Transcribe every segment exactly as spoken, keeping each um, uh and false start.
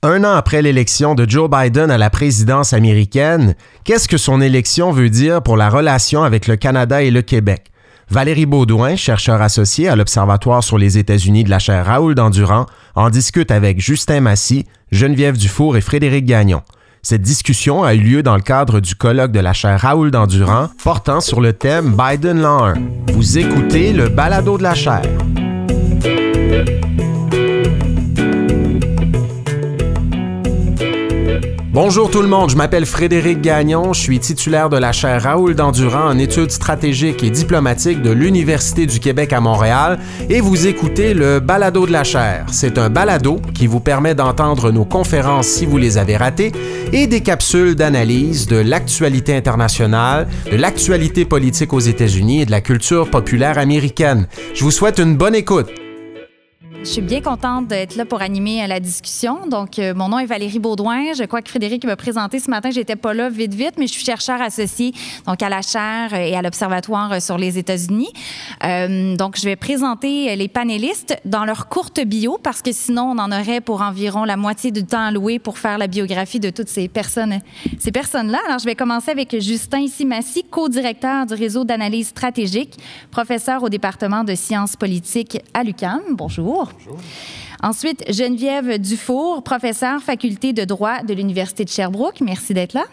Un an après l'élection de Joe Biden à la présidence américaine, qu'est-ce que son élection veut dire pour la relation avec le Canada et le Québec? Valérie Beaudoin, chercheur associée à l'Observatoire sur les États-Unis de la chaire Raoul Dandurand, en discute avec Justin Massy, Geneviève Dufour et Frédéric Gagnon. Cette discussion a eu lieu dans le cadre du colloque de la chaire Raoul Dandurand portant sur le thème Biden l'an un. Vous écoutez le balado de la chaire. Bonjour tout le monde, je m'appelle Frédéric Gagnon, je suis titulaire de la chaire Raoul Dandurand en études stratégiques et diplomatiques de l'Université du Québec à Montréal et vous écoutez le balado de la chaire. C'est un balado qui vous permet d'entendre nos conférences si vous les avez ratées et des capsules d'analyse de l'actualité internationale, de l'actualité politique aux États-Unis et de la culture populaire américaine. Je vous souhaite une bonne écoute. Je suis bien contente d'être là pour animer la discussion. Donc, euh, mon nom est Valérie Beaudoin. Je crois que Frédéric m'a présenté ce matin. J'étais pas là vite, vite, mais je suis chercheure associée donc à la chaire et à l'Observatoire sur les États-Unis. Euh, donc, je vais présenter les panélistes dans leur courte bio parce que sinon, on en aurait pour environ la moitié du temps alloué pour faire la biographie de toutes ces personnes, ces personnes-là. Alors, je vais commencer avec Justin Massy, co-directeur du réseau d'analyse stratégique, professeur au département de sciences politiques à l'U Q A M. Bonjour. Bonjour. Ensuite, Geneviève Dufour, professeure faculté de droit de l'Université de Sherbrooke. Merci d'être là.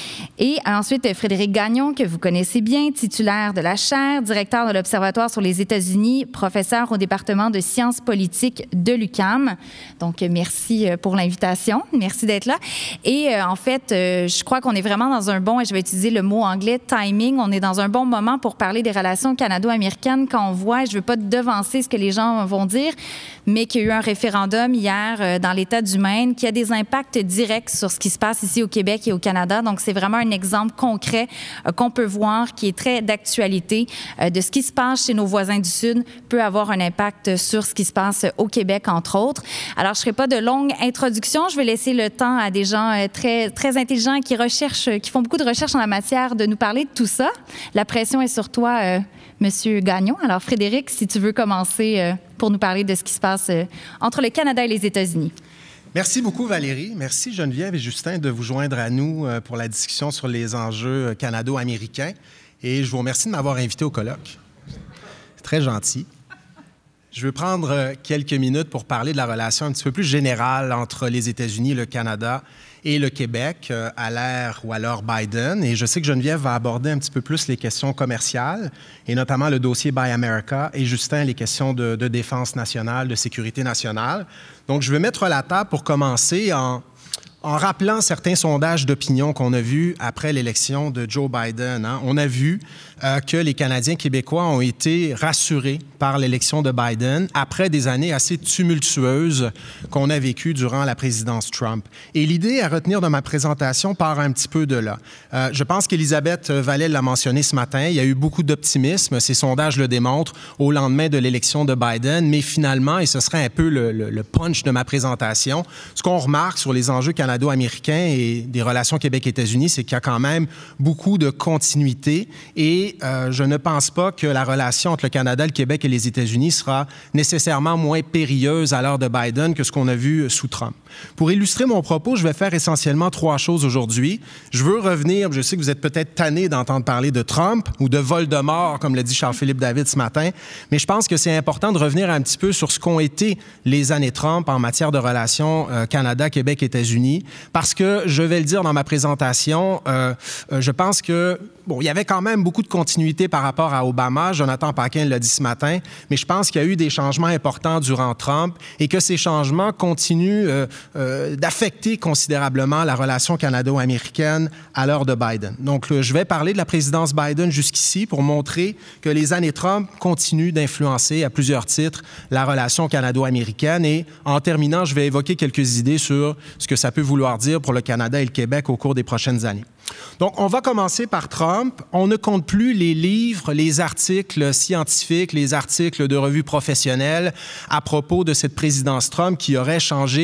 Et ensuite, Frédéric Gagnon, que vous connaissez bien, titulaire de la chaire, directeur de l'Observatoire sur les États-Unis, professeur au département de sciences politiques de l'U Q A M. Donc, merci pour l'invitation. Merci d'être là. Et euh, en fait, euh, je crois qu'on est vraiment dans un bon, et je vais utiliser le mot anglais, timing. On est dans un bon moment pour parler des relations canado-américaines quand on voit, je ne veux pas devancer ce que les gens vont dire, mais qu'il y a eu un référendum hier euh, dans l'État du Maine qui a des impacts directs sur ce qui se passe ici au Québec et au Canada. Donc, c'est vraiment un exemple concret euh, qu'on peut voir qui est très d'actualité euh, de ce qui se passe chez nos voisins du Sud peut avoir un impact sur ce qui se passe au Québec, entre autres. Alors, je ne ferai pas de longue introduction. Je vais laisser le temps à des gens euh, très, très intelligents qui recherchent, qui font beaucoup de recherches en la matière de nous parler de tout ça. La pression est sur toi, euh, Monsieur Gagnon. Alors, Frédéric, si tu veux commencer euh, pour nous parler de ce qui se passe euh, entre le Canada et les États-Unis. Merci beaucoup, Valérie. Merci, Geneviève et Justin, de vous joindre à nous pour la discussion sur les enjeux canado-américains. Et je vous remercie de m'avoir invité au colloque. C'est très gentil. Je veux prendre quelques minutes pour parler de la relation un petit peu plus générale entre les États-Unis, le Canada et le Québec à l'ère ou à l'heure Biden. Et je sais que Geneviève va aborder un petit peu plus les questions commerciales, et notamment le dossier Buy America, et Justin, les questions de, de défense nationale, de sécurité nationale. Donc, je vais mettre la table pour commencer en, en rappelant certains sondages d'opinion qu'on a vus après l'élection de Joe Biden. Hein. On a vu euh, que les Canadiens québécois ont été rassurés par l'élection de Biden après des années assez tumultueuses qu'on a vécues durant la présidence Trump. Et l'idée à retenir de ma présentation part un petit peu de là. Euh, je pense qu'Élisabeth Vallée l'a mentionné ce matin, il y a eu beaucoup d'optimisme, ces sondages le démontrent, au lendemain de l'élection de Biden, mais finalement, et ce serait un peu le, le, le punch de ma présentation, ce qu'on remarque sur les enjeux canado-américains et des relations Québec-États-Unis, c'est qu'il y a quand même beaucoup de continuité et euh, je ne pense pas que la relation entre le Canada, le Québec et les États-Unis sera nécessairement moins périlleuse à l'heure de Biden que ce qu'on a vu sous Trump. Pour illustrer mon propos, je vais faire essentiellement trois choses aujourd'hui. Je veux revenir, je sais que vous êtes peut-être tannés d'entendre parler de Trump ou de Voldemort, comme l'a dit Charles-Philippe David ce matin, mais je pense que c'est important de revenir un petit peu sur ce qu'ont été les années Trump en matière de relations euh, Canada, Québec, États-Unis, parce que, je vais le dire dans ma présentation, euh, euh, je pense que, bon, il y avait quand même beaucoup de continuité par rapport à Obama, Jonathan Paquin l'a dit ce matin, mais je pense qu'il y a eu des changements importants durant Trump et que ces changements continuent euh, euh, d'affecter considérablement la relation canado-américaine à l'heure de Biden. Donc, là, je vais parler de la présidence Biden jusqu'ici pour montrer que les années Trump continuent d'influencer à plusieurs titres la relation canado-américaine et en terminant, je vais évoquer quelques idées sur ce que ça peut vouloir dire pour le Canada et le Québec au cours des prochaines années. Donc, on va commencer par Trump. On ne compte plus les livres, les articles scientifiques, les articles de revues professionnelles à propos de cette présidence Trump qui aurait changé beaucoup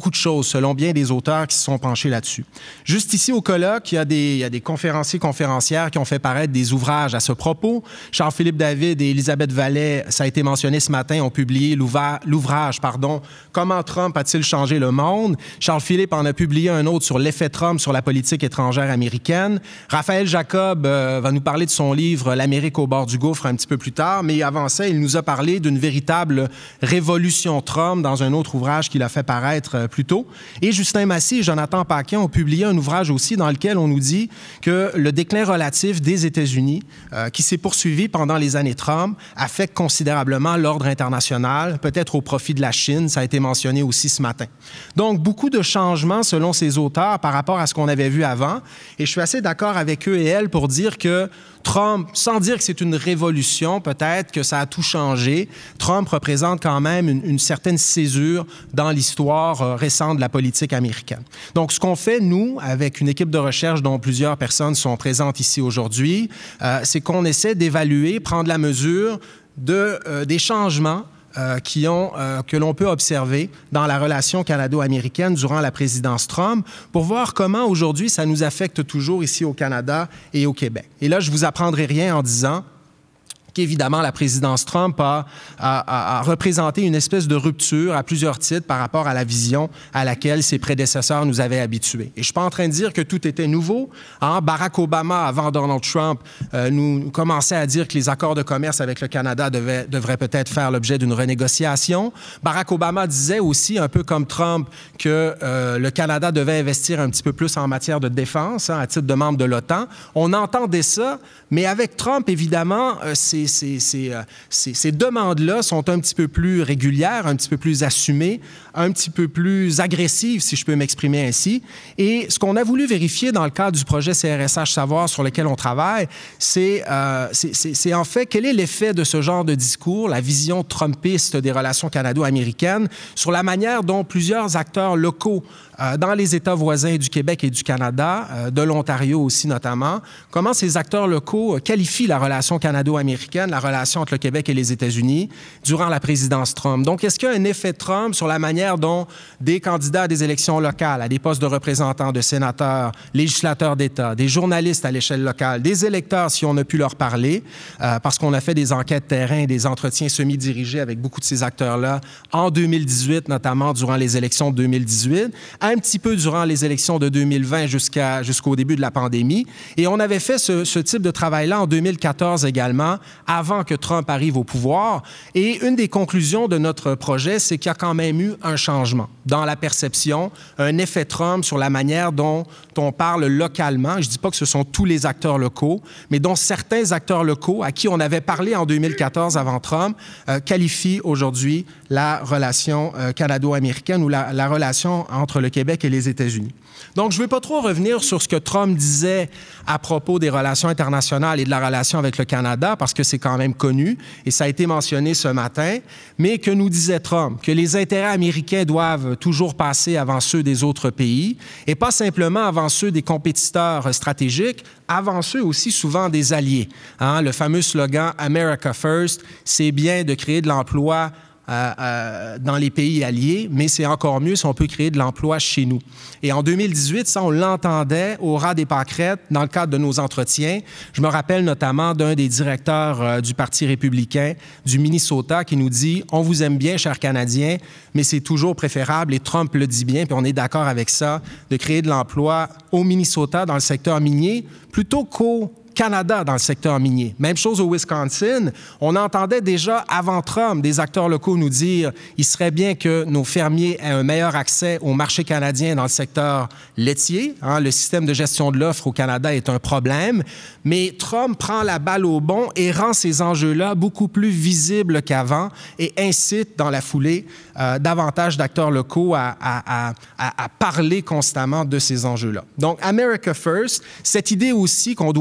beaucoup de choses, selon bien des auteurs qui se sont penchés là-dessus. Juste ici au colloque, il y a des, il y a des conférenciers, conférencières qui ont fait paraître des ouvrages à ce propos. Charles-Philippe David et Elisabeth Vallet, ça a été mentionné ce matin, ont publié l'ouvrage, pardon, « Comment Trump a-t-il changé le monde ?» Charles-Philippe en a publié un autre sur l'effet Trump sur la politique étrangère américaine. Raphaël Jacob euh, va nous parler de son livre « L'Amérique au bord du gouffre » un petit peu plus tard, mais avant ça, il nous a parlé d'une véritable révolution Trump dans un autre ouvrage qu'il a fait paraître euh, plus tôt. Et Justin Massy et Jonathan Paquin ont publié un ouvrage aussi dans lequel on nous dit que le déclin relatif des États-Unis, euh, qui s'est poursuivi pendant les années Trump, affecte considérablement l'ordre international, peut-être au profit de la Chine, ça a été mentionné aussi ce matin. Donc, beaucoup de changements selon ces auteurs par rapport à ce qu'on avait vu avant, et je suis assez d'accord avec eux et elles pour dire que Trump, sans dire que c'est une révolution, peut-être que ça a tout changé, Trump représente quand même une, une certaine césure dans l'histoire euh, récente de la politique américaine. Donc, ce qu'on fait, nous, avec une équipe de recherche dont plusieurs personnes sont présentes ici aujourd'hui, euh, c'est qu'on essaie d'évaluer, prendre la mesure de, euh, des changements Euh, qui ont, euh, que l'on peut observer dans la relation canado-américaine durant la présidence Trump pour voir comment aujourd'hui ça nous affecte toujours ici au Canada et au Québec. Et là, je ne vous apprendrai rien en disant qu'évidemment, la présidence Trump a, a, a représenté une espèce de rupture à plusieurs titres par rapport à la vision à laquelle ses prédécesseurs nous avaient habitués. Et je ne suis pas en train de dire que tout était nouveau. Hein? Barack Obama, avant Donald Trump, euh, nous commençait à dire que les accords de commerce avec le Canada devaient, devraient peut-être faire l'objet d'une renégociation. Barack Obama disait aussi, un peu comme Trump, que euh, le Canada devait investir un petit peu plus en matière de défense, hein, à titre de membre de l'OTAN. On entendait ça, mais avec Trump, évidemment, euh, c'est Ces, ces, ces, ces demandes-là sont un petit peu plus régulières, un petit peu plus assumées, un petit peu plus agressives, si je peux m'exprimer ainsi. Et ce qu'on a voulu vérifier dans le cadre du projet C R S H Savoir sur lequel on travaille, c'est euh, c'est en fait quel est l'effet de ce genre de discours, la vision trumpiste des relations canado-américaines, sur la manière dont plusieurs acteurs locaux euh, dans les États voisins du Québec et du Canada, euh, de l'Ontario aussi notamment, comment ces acteurs locaux qualifient la relation canado-américaine, la relation entre le Québec et les États-Unis durant la présidence Trump. Donc, est-ce qu'il y a un effet Trump sur la manière dont des candidats à des élections locales, à des postes de représentants, de sénateurs, législateurs d'État, des journalistes à l'échelle locale, des électeurs, si on a pu leur parler, euh, parce qu'on a fait des enquêtes terrain et des entretiens semi-dirigés avec beaucoup de ces acteurs-là en deux mille dix-huit, notamment durant les élections de deux mille dix-huit, un petit peu durant les élections de deux mille vingt jusqu'à, jusqu'au début de la pandémie. Et on avait fait ce, ce type de travail-là en deux mille quatorze également, avant que Trump arrive au pouvoir. Et une des conclusions de notre projet, c'est qu'il y a quand même eu un changement dans la perception, un effet Trump sur la manière dont on parle localement. Je ne dis pas que ce sont tous les acteurs locaux, mais dont certains acteurs locaux à qui on avait parlé en deux mille quatorze avant Trump euh, qualifient aujourd'hui la relation euh, canado-américaine ou la, la relation entre le Québec et les États-Unis. Donc, je ne veux pas trop revenir sur ce que Trump disait à propos des relations internationales et de la relation avec le Canada, parce que c'est quand même connu, et ça a été mentionné ce matin, mais que nous disait Trump, que les intérêts américains doivent toujours passer avant ceux des autres pays, et pas simplement avant ceux des compétiteurs stratégiques, avant ceux aussi souvent des alliés. Hein? Le fameux slogan « America First », c'est bien de créer de l'emploi Euh, euh, dans les pays alliés, mais c'est encore mieux si on peut créer de l'emploi chez nous. Et en deux mille dix-huit, ça, on l'entendait au ras des pâquerettes dans le cadre de nos entretiens. Je me rappelle notamment d'un des directeurs euh, du Parti républicain du Minnesota qui nous dit « On vous aime bien, chers Canadiens, mais c'est toujours préférable, et Trump le dit bien, puis on est d'accord avec ça, de créer de l'emploi au Minnesota dans le secteur minier plutôt qu'au Canada dans le secteur minier. Même chose au Wisconsin. On entendait déjà avant Trump des acteurs locaux nous dire il serait bien que nos fermiers aient un meilleur accès au marché canadien dans le secteur laitier. Hein, le système de gestion de l'offre au Canada est un problème. Mais Trump prend la balle au bond et rend ces enjeux-là beaucoup plus visibles qu'avant et incite dans la foulée euh, davantage d'acteurs locaux à, à, à, à parler constamment de ces enjeux-là. Donc, America First, cette idée aussi qu'on doit réinventer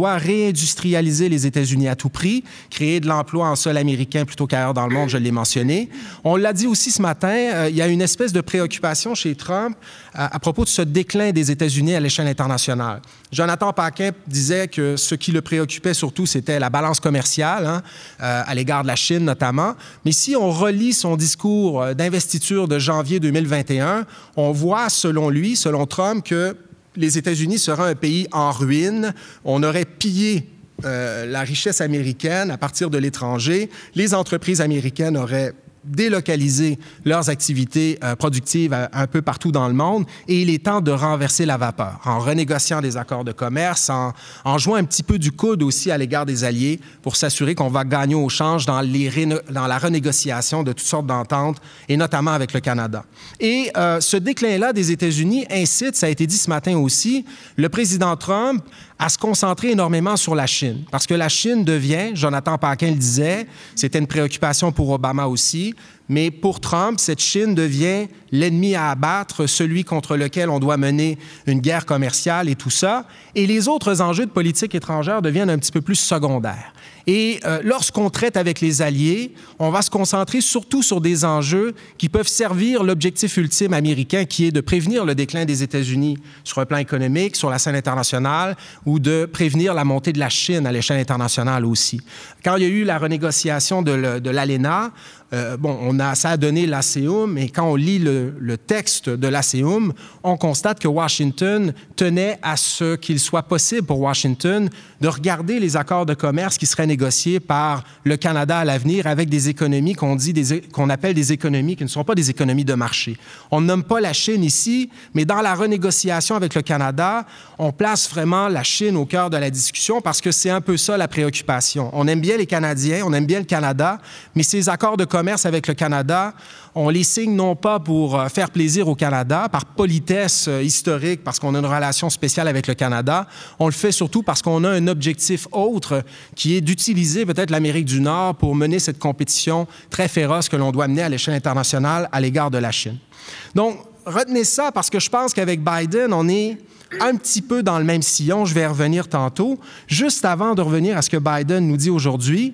réindustrialiser les États-Unis à tout prix, créer de l'emploi en sol américain plutôt qu'ailleurs dans le monde, je l'ai mentionné. On l'a dit aussi ce matin, euh, il y a une espèce de préoccupation chez Trump à, à propos de ce déclin des États-Unis à l'échelle internationale. Jonathan Paquin disait que ce qui le préoccupait surtout, c'était la balance commerciale, hein, euh, à l'égard de la Chine notamment. Mais si on relit son discours d'investiture de janvier deux mille vingt et un, on voit, selon lui, selon Trump, que les États-Unis seraient un pays en ruine. On aurait pillé euh, la richesse américaine à partir de l'étranger. Les entreprises américaines auraient délocaliser leurs activités euh, productives à, un peu partout dans le monde, et il est temps de renverser la vapeur en renégociant des accords de commerce, en, en jouant un petit peu du coude aussi à l'égard des alliés pour s'assurer qu'on va gagner au change dans, les réno- dans la renégociation de toutes sortes d'ententes, et notamment avec le Canada. Et euh, ce déclin-là des États-Unis incite, ça a été dit ce matin aussi, le président Trump à se concentrer énormément sur la Chine. Parce que la Chine devient, Jonathan Paquin le disait, c'était une préoccupation pour Obama aussi, mais pour Trump, cette Chine devient l'ennemi à abattre, celui contre lequel on doit mener une guerre commerciale et tout ça. Et les autres enjeux de politique étrangère deviennent un petit peu plus secondaires. Et euh, lorsqu'on traite avec les alliés, on va se concentrer surtout sur des enjeux qui peuvent servir l'objectif ultime américain, qui est de prévenir le déclin des États-Unis sur un plan économique, sur la scène internationale, ou de prévenir la montée de la Chine à l'échelle internationale aussi. Quand il y a eu la renégociation de, le, de l'ALENA, euh, bon, on a, ça a donné l'ASEUM, et quand on lit le, le texte de l'ASEUM, on constate que Washington tenait à ce qu'il soit possible pour Washington de regarder les accords de commerce qui seraient négociés par le Canada à l'avenir avec des économies qu'on dit des, qu'on appelle des économies qui ne sont pas des économies de marché. On ne nomme pas la Chine ici, mais dans la renégociation avec le Canada, on place vraiment la Chine au cœur de la discussion parce que c'est un peu ça la préoccupation. On aime bien les Canadiens, on aime bien le Canada, mais ces accords de commerce avec le Canada, on les signe non pas pour faire plaisir au Canada, par politesse historique, parce qu'on a une relation spéciale avec le Canada, on le fait surtout parce qu'on a un objectif autre qui est d'utiliser peut-être l'Amérique du Nord pour mener cette compétition très féroce que l'on doit mener à l'échelle internationale à l'égard de la Chine. Donc, retenez ça parce que je pense qu'avec Biden, on est un petit peu dans le même sillon. Je vais y revenir tantôt. Juste avant de revenir à ce que Biden nous dit aujourd'hui,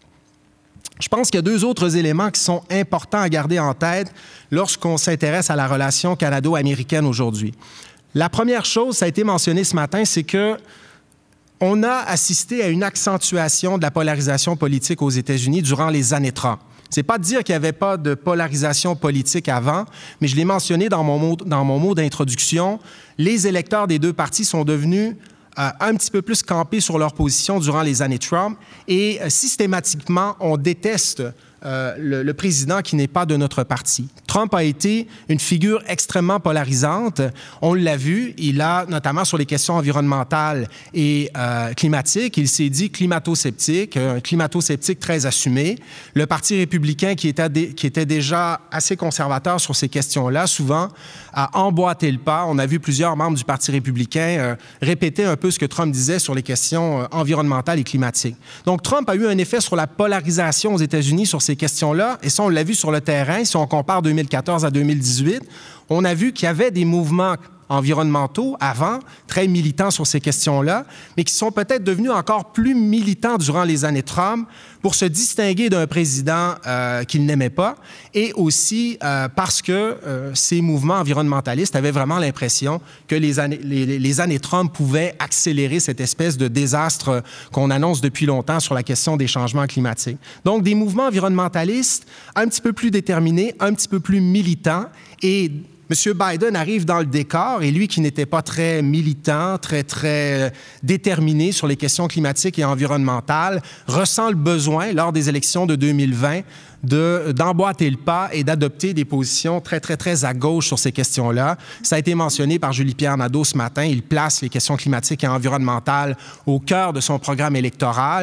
je pense qu'il y a deux autres éléments qui sont importants à garder en tête lorsqu'on s'intéresse à la relation canado-américaine aujourd'hui. La première chose, ça a été mentionné ce matin, c'est que on a assisté à une accentuation de la polarisation politique aux États-Unis durant les années trente. C'est pas de dire qu'il n'y avait pas de polarisation politique avant, mais je l'ai mentionné dans mon mot, dans mon mot d'introduction, les électeurs des deux partis sont devenus euh, un petit peu plus campés sur leur position durant les années Trump et euh, systématiquement, on déteste Euh, le, le président qui n'est pas de notre parti. Trump a été une figure extrêmement polarisante. On l'a vu, il a, notamment sur les questions environnementales et euh, climatiques, il s'est dit climato-sceptique, un climato-sceptique très assumé. Le Parti républicain, qui était, dé, qui était déjà assez conservateur sur ces questions-là, souvent a emboîté le pas. On a vu plusieurs membres du Parti républicain euh, répéter un peu ce que Trump disait sur les questions euh, environnementales et climatiques. Donc, Trump a eu un effet sur la polarisation aux États-Unis sur ces questions-là, et ça, on l'a vu sur le terrain. Si on compare deux mille quatorze à deux mille dix-huit, on a vu qu'il y avait des mouvements environnementaux avant, très militants sur ces questions-là, mais qui sont peut-être devenus encore plus militants durant les années Trump pour se distinguer d'un président euh, qu'il n'aimait pas, et aussi euh, parce que euh, ces mouvements environnementalistes avaient vraiment l'impression que les années, les, les années Trump pouvaient accélérer cette espèce de désastre qu'on annonce depuis longtemps sur la question des changements climatiques. Donc, des mouvements environnementalistes un petit peu plus déterminés, un petit peu plus militants, et M. Biden arrive dans le décor, et lui qui n'était pas très militant, très, très déterminé sur les questions climatiques et environnementales, ressent le besoin, lors des élections de deux mille vingt, de, d'emboîter le pas et d'adopter des positions très, très, très à gauche sur ces questions-là. Ça a été mentionné par Julie-Pierre Nadeau ce matin. Il place les questions climatiques et environnementales au cœur de son programme électoral,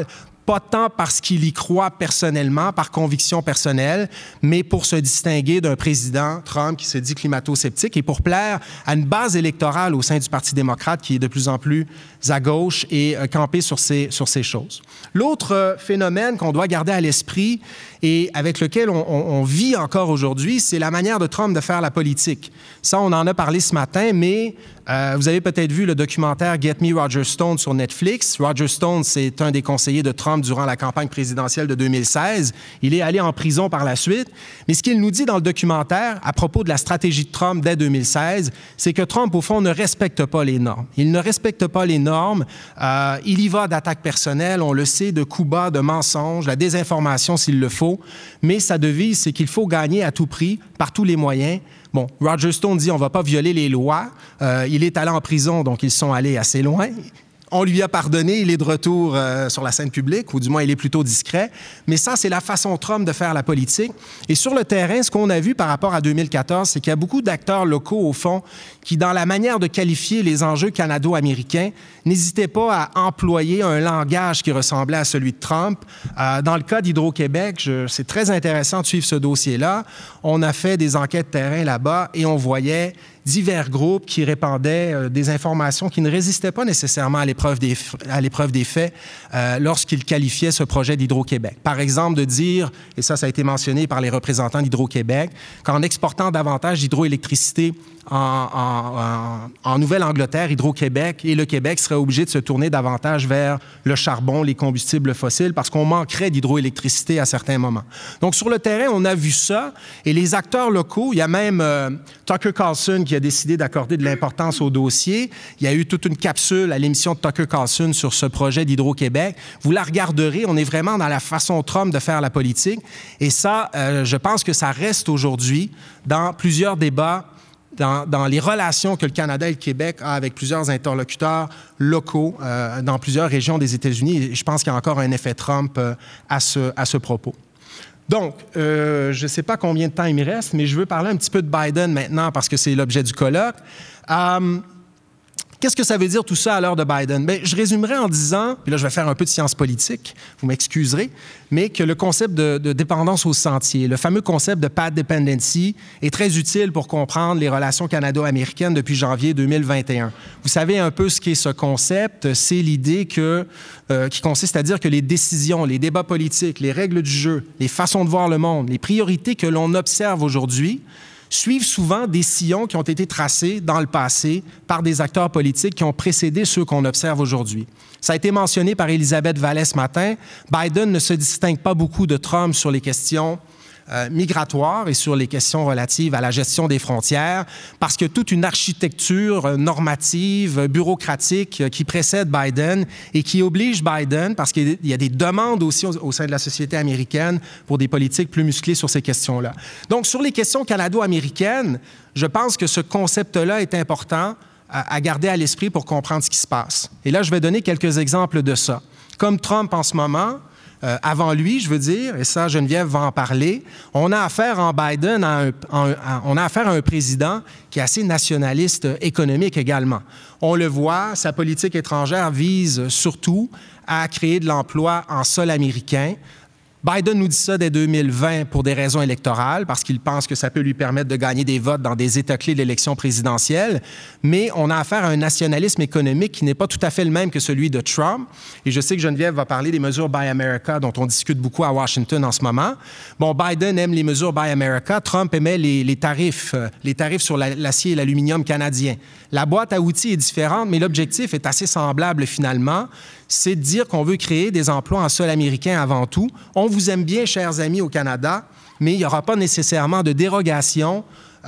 pas tant parce qu'il y croit personnellement, par conviction personnelle, mais pour se distinguer d'un président, Trump, qui se dit climato-sceptique, et pour plaire à une base électorale au sein du Parti démocrate qui est de plus en plus à gauche et euh, campé sur ces, sur ces choses. L'autre euh, phénomène qu'on doit garder à l'esprit et avec lequel on, on, on vit encore aujourd'hui, c'est la manière de Trump de faire la politique. Ça, on en a parlé ce matin, mais euh, vous avez peut-être vu le documentaire Get Me Roger Stone sur Netflix. Roger Stone, c'est un des conseillers de Trump durant la campagne présidentielle de deux mille seize. Il est allé en prison par la suite. Mais ce qu'il nous dit dans le documentaire à propos de la stratégie de Trump dès deux mille seize, c'est que Trump, au fond, ne respecte pas les normes. Il ne respecte pas les normes. Euh, il y va d'attaques personnelles, on le sait, de coups bas, de mensonges, la désinformation s'il le faut. Mais sa devise, c'est qu'il faut gagner à tout prix, par tous les moyens. Bon, Roger Stone dit on ne va pas violer les lois. Euh, il est allé en prison, donc ils sont allés assez loin. On lui a pardonné, il est de retour euh, sur la scène publique, ou du moins il est plutôt discret. Mais ça, c'est la façon Trump de faire la politique. Et sur le terrain, ce qu'on a vu par rapport à deux mille quatorze, c'est qu'il y a beaucoup d'acteurs locaux, au fond, qui, dans la manière de qualifier les enjeux canado-américains, n'hésitaient pas à employer un langage qui ressemblait à celui de Trump. Euh, dans le cas d'Hydro-Québec, je, c'est très intéressant de suivre ce dossier-là. On a fait des enquêtes terrain là-bas et on voyait divers groupes qui répandaient euh, des informations qui ne résistaient pas nécessairement à l'épreuve des, à l'épreuve des faits euh, lorsqu'ils qualifiaient ce projet d'Hydro-Québec. Par exemple, de dire, et ça, ça a été mentionné par les représentants d'Hydro-Québec, qu'en exportant davantage d'hydroélectricité en, en, en, en Nouvelle-Angleterre, Hydro-Québec et le Québec seraient obligés de se tourner davantage vers le charbon, les combustibles fossiles, parce qu'on manquerait d'hydroélectricité à certains moments. Donc, sur le terrain, on a vu ça, et les acteurs locaux, il y a même euh, Tucker Carlson qui a décidé d'accorder de l'importance au dossier. Il y a eu toute une capsule à l'émission de Tucker Carlson sur ce projet d'Hydro-Québec. Vous la regarderez, on est vraiment dans la façon Trump de faire la politique, et ça, euh, je pense que ça reste aujourd'hui dans plusieurs débats Dans, dans les relations que le Canada et le Québec ont avec plusieurs interlocuteurs locaux euh, dans plusieurs régions des États-Unis. Et je pense qu'il y a encore un effet Trump euh, à, ce, à ce propos. Donc, euh, je ne sais pas combien de temps il me reste, mais je veux parler un petit peu de Biden maintenant parce que c'est l'objet du colloque. Euh, Qu'est-ce que ça veut dire tout ça à l'heure de Biden? Bien, je résumerai en disant, puis là je vais faire un peu de science politique, vous m'excuserez, mais que le concept de, de dépendance au sentier, le fameux concept de path dependency, est très utile pour comprendre les relations canado-américaines depuis janvier deux mille vingt et un. Vous savez un peu ce qu'est ce concept, c'est l'idée que, euh, qui consiste à dire que les décisions, les débats politiques, les règles du jeu, les façons de voir le monde, les priorités que l'on observe aujourd'hui, suivent souvent des sillons qui ont été tracés dans le passé par des acteurs politiques qui ont précédé ceux qu'on observe aujourd'hui. Ça a été mentionné par Elisabeth Vallée ce matin. Biden ne se distingue pas beaucoup de Trump sur les questions euh, migratoires et sur les questions relatives à la gestion des frontières, parce que toute une architecture normative, bureaucratique euh, qui précède Biden et qui oblige Biden, parce qu'il y a des demandes aussi au, au sein de la société américaine pour des politiques plus musclées sur ces questions-là. Donc, sur les questions canado-américaines, je pense que ce concept-là est important à, à garder à l'esprit pour comprendre ce qui se passe. Et là, je vais donner quelques exemples de ça. Comme Trump en ce moment, Euh, avant lui, je veux dire, et ça, Geneviève va en parler, on a affaire en Biden à un, à, à, on a affaire à un président qui est assez nationaliste économique également. On le voit, sa politique étrangère vise surtout à créer de l'emploi en sol américain. Biden nous dit ça dès deux mille vingt pour des raisons électorales, parce qu'il pense que ça peut lui permettre de gagner des votes dans des États clés de l'élection présidentielle. Mais on a affaire à un nationalisme économique qui n'est pas tout à fait le même que celui de Trump. Et je sais que Geneviève va parler des mesures Buy America dont on discute beaucoup à Washington en ce moment. Bon, Biden aime les mesures Buy America. Trump aimait les, les tarifs, euh, les tarifs sur la, l'acier et l'aluminium canadien. La boîte à outils est différente, mais l'objectif est assez semblable finalement. C'est de dire qu'on veut créer des emplois en sol américain avant tout. On vous aime bien, chers amis, au Canada, mais il n'y aura pas nécessairement de dérogation, euh,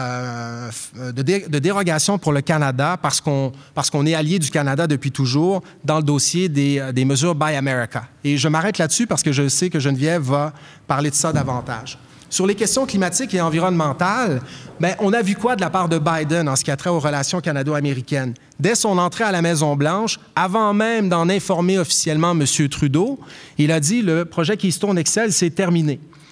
euh, de, dé, de dérogation pour le Canada parce qu'on, parce qu'on est allié du Canada depuis toujours dans le dossier des, des mesures Buy America. Et je m'arrête là-dessus parce que je sais que Geneviève va parler de ça davantage. Sur les questions climatiques et environnementales, bien, on a vu quoi de la part de Biden en ce qui a trait aux relations canado-américaines? Dès son entrée à la Maison-Blanche, avant même d'en informer officiellement M. Trudeau, il a dit « le projet Keystone X L, c'est terminé ».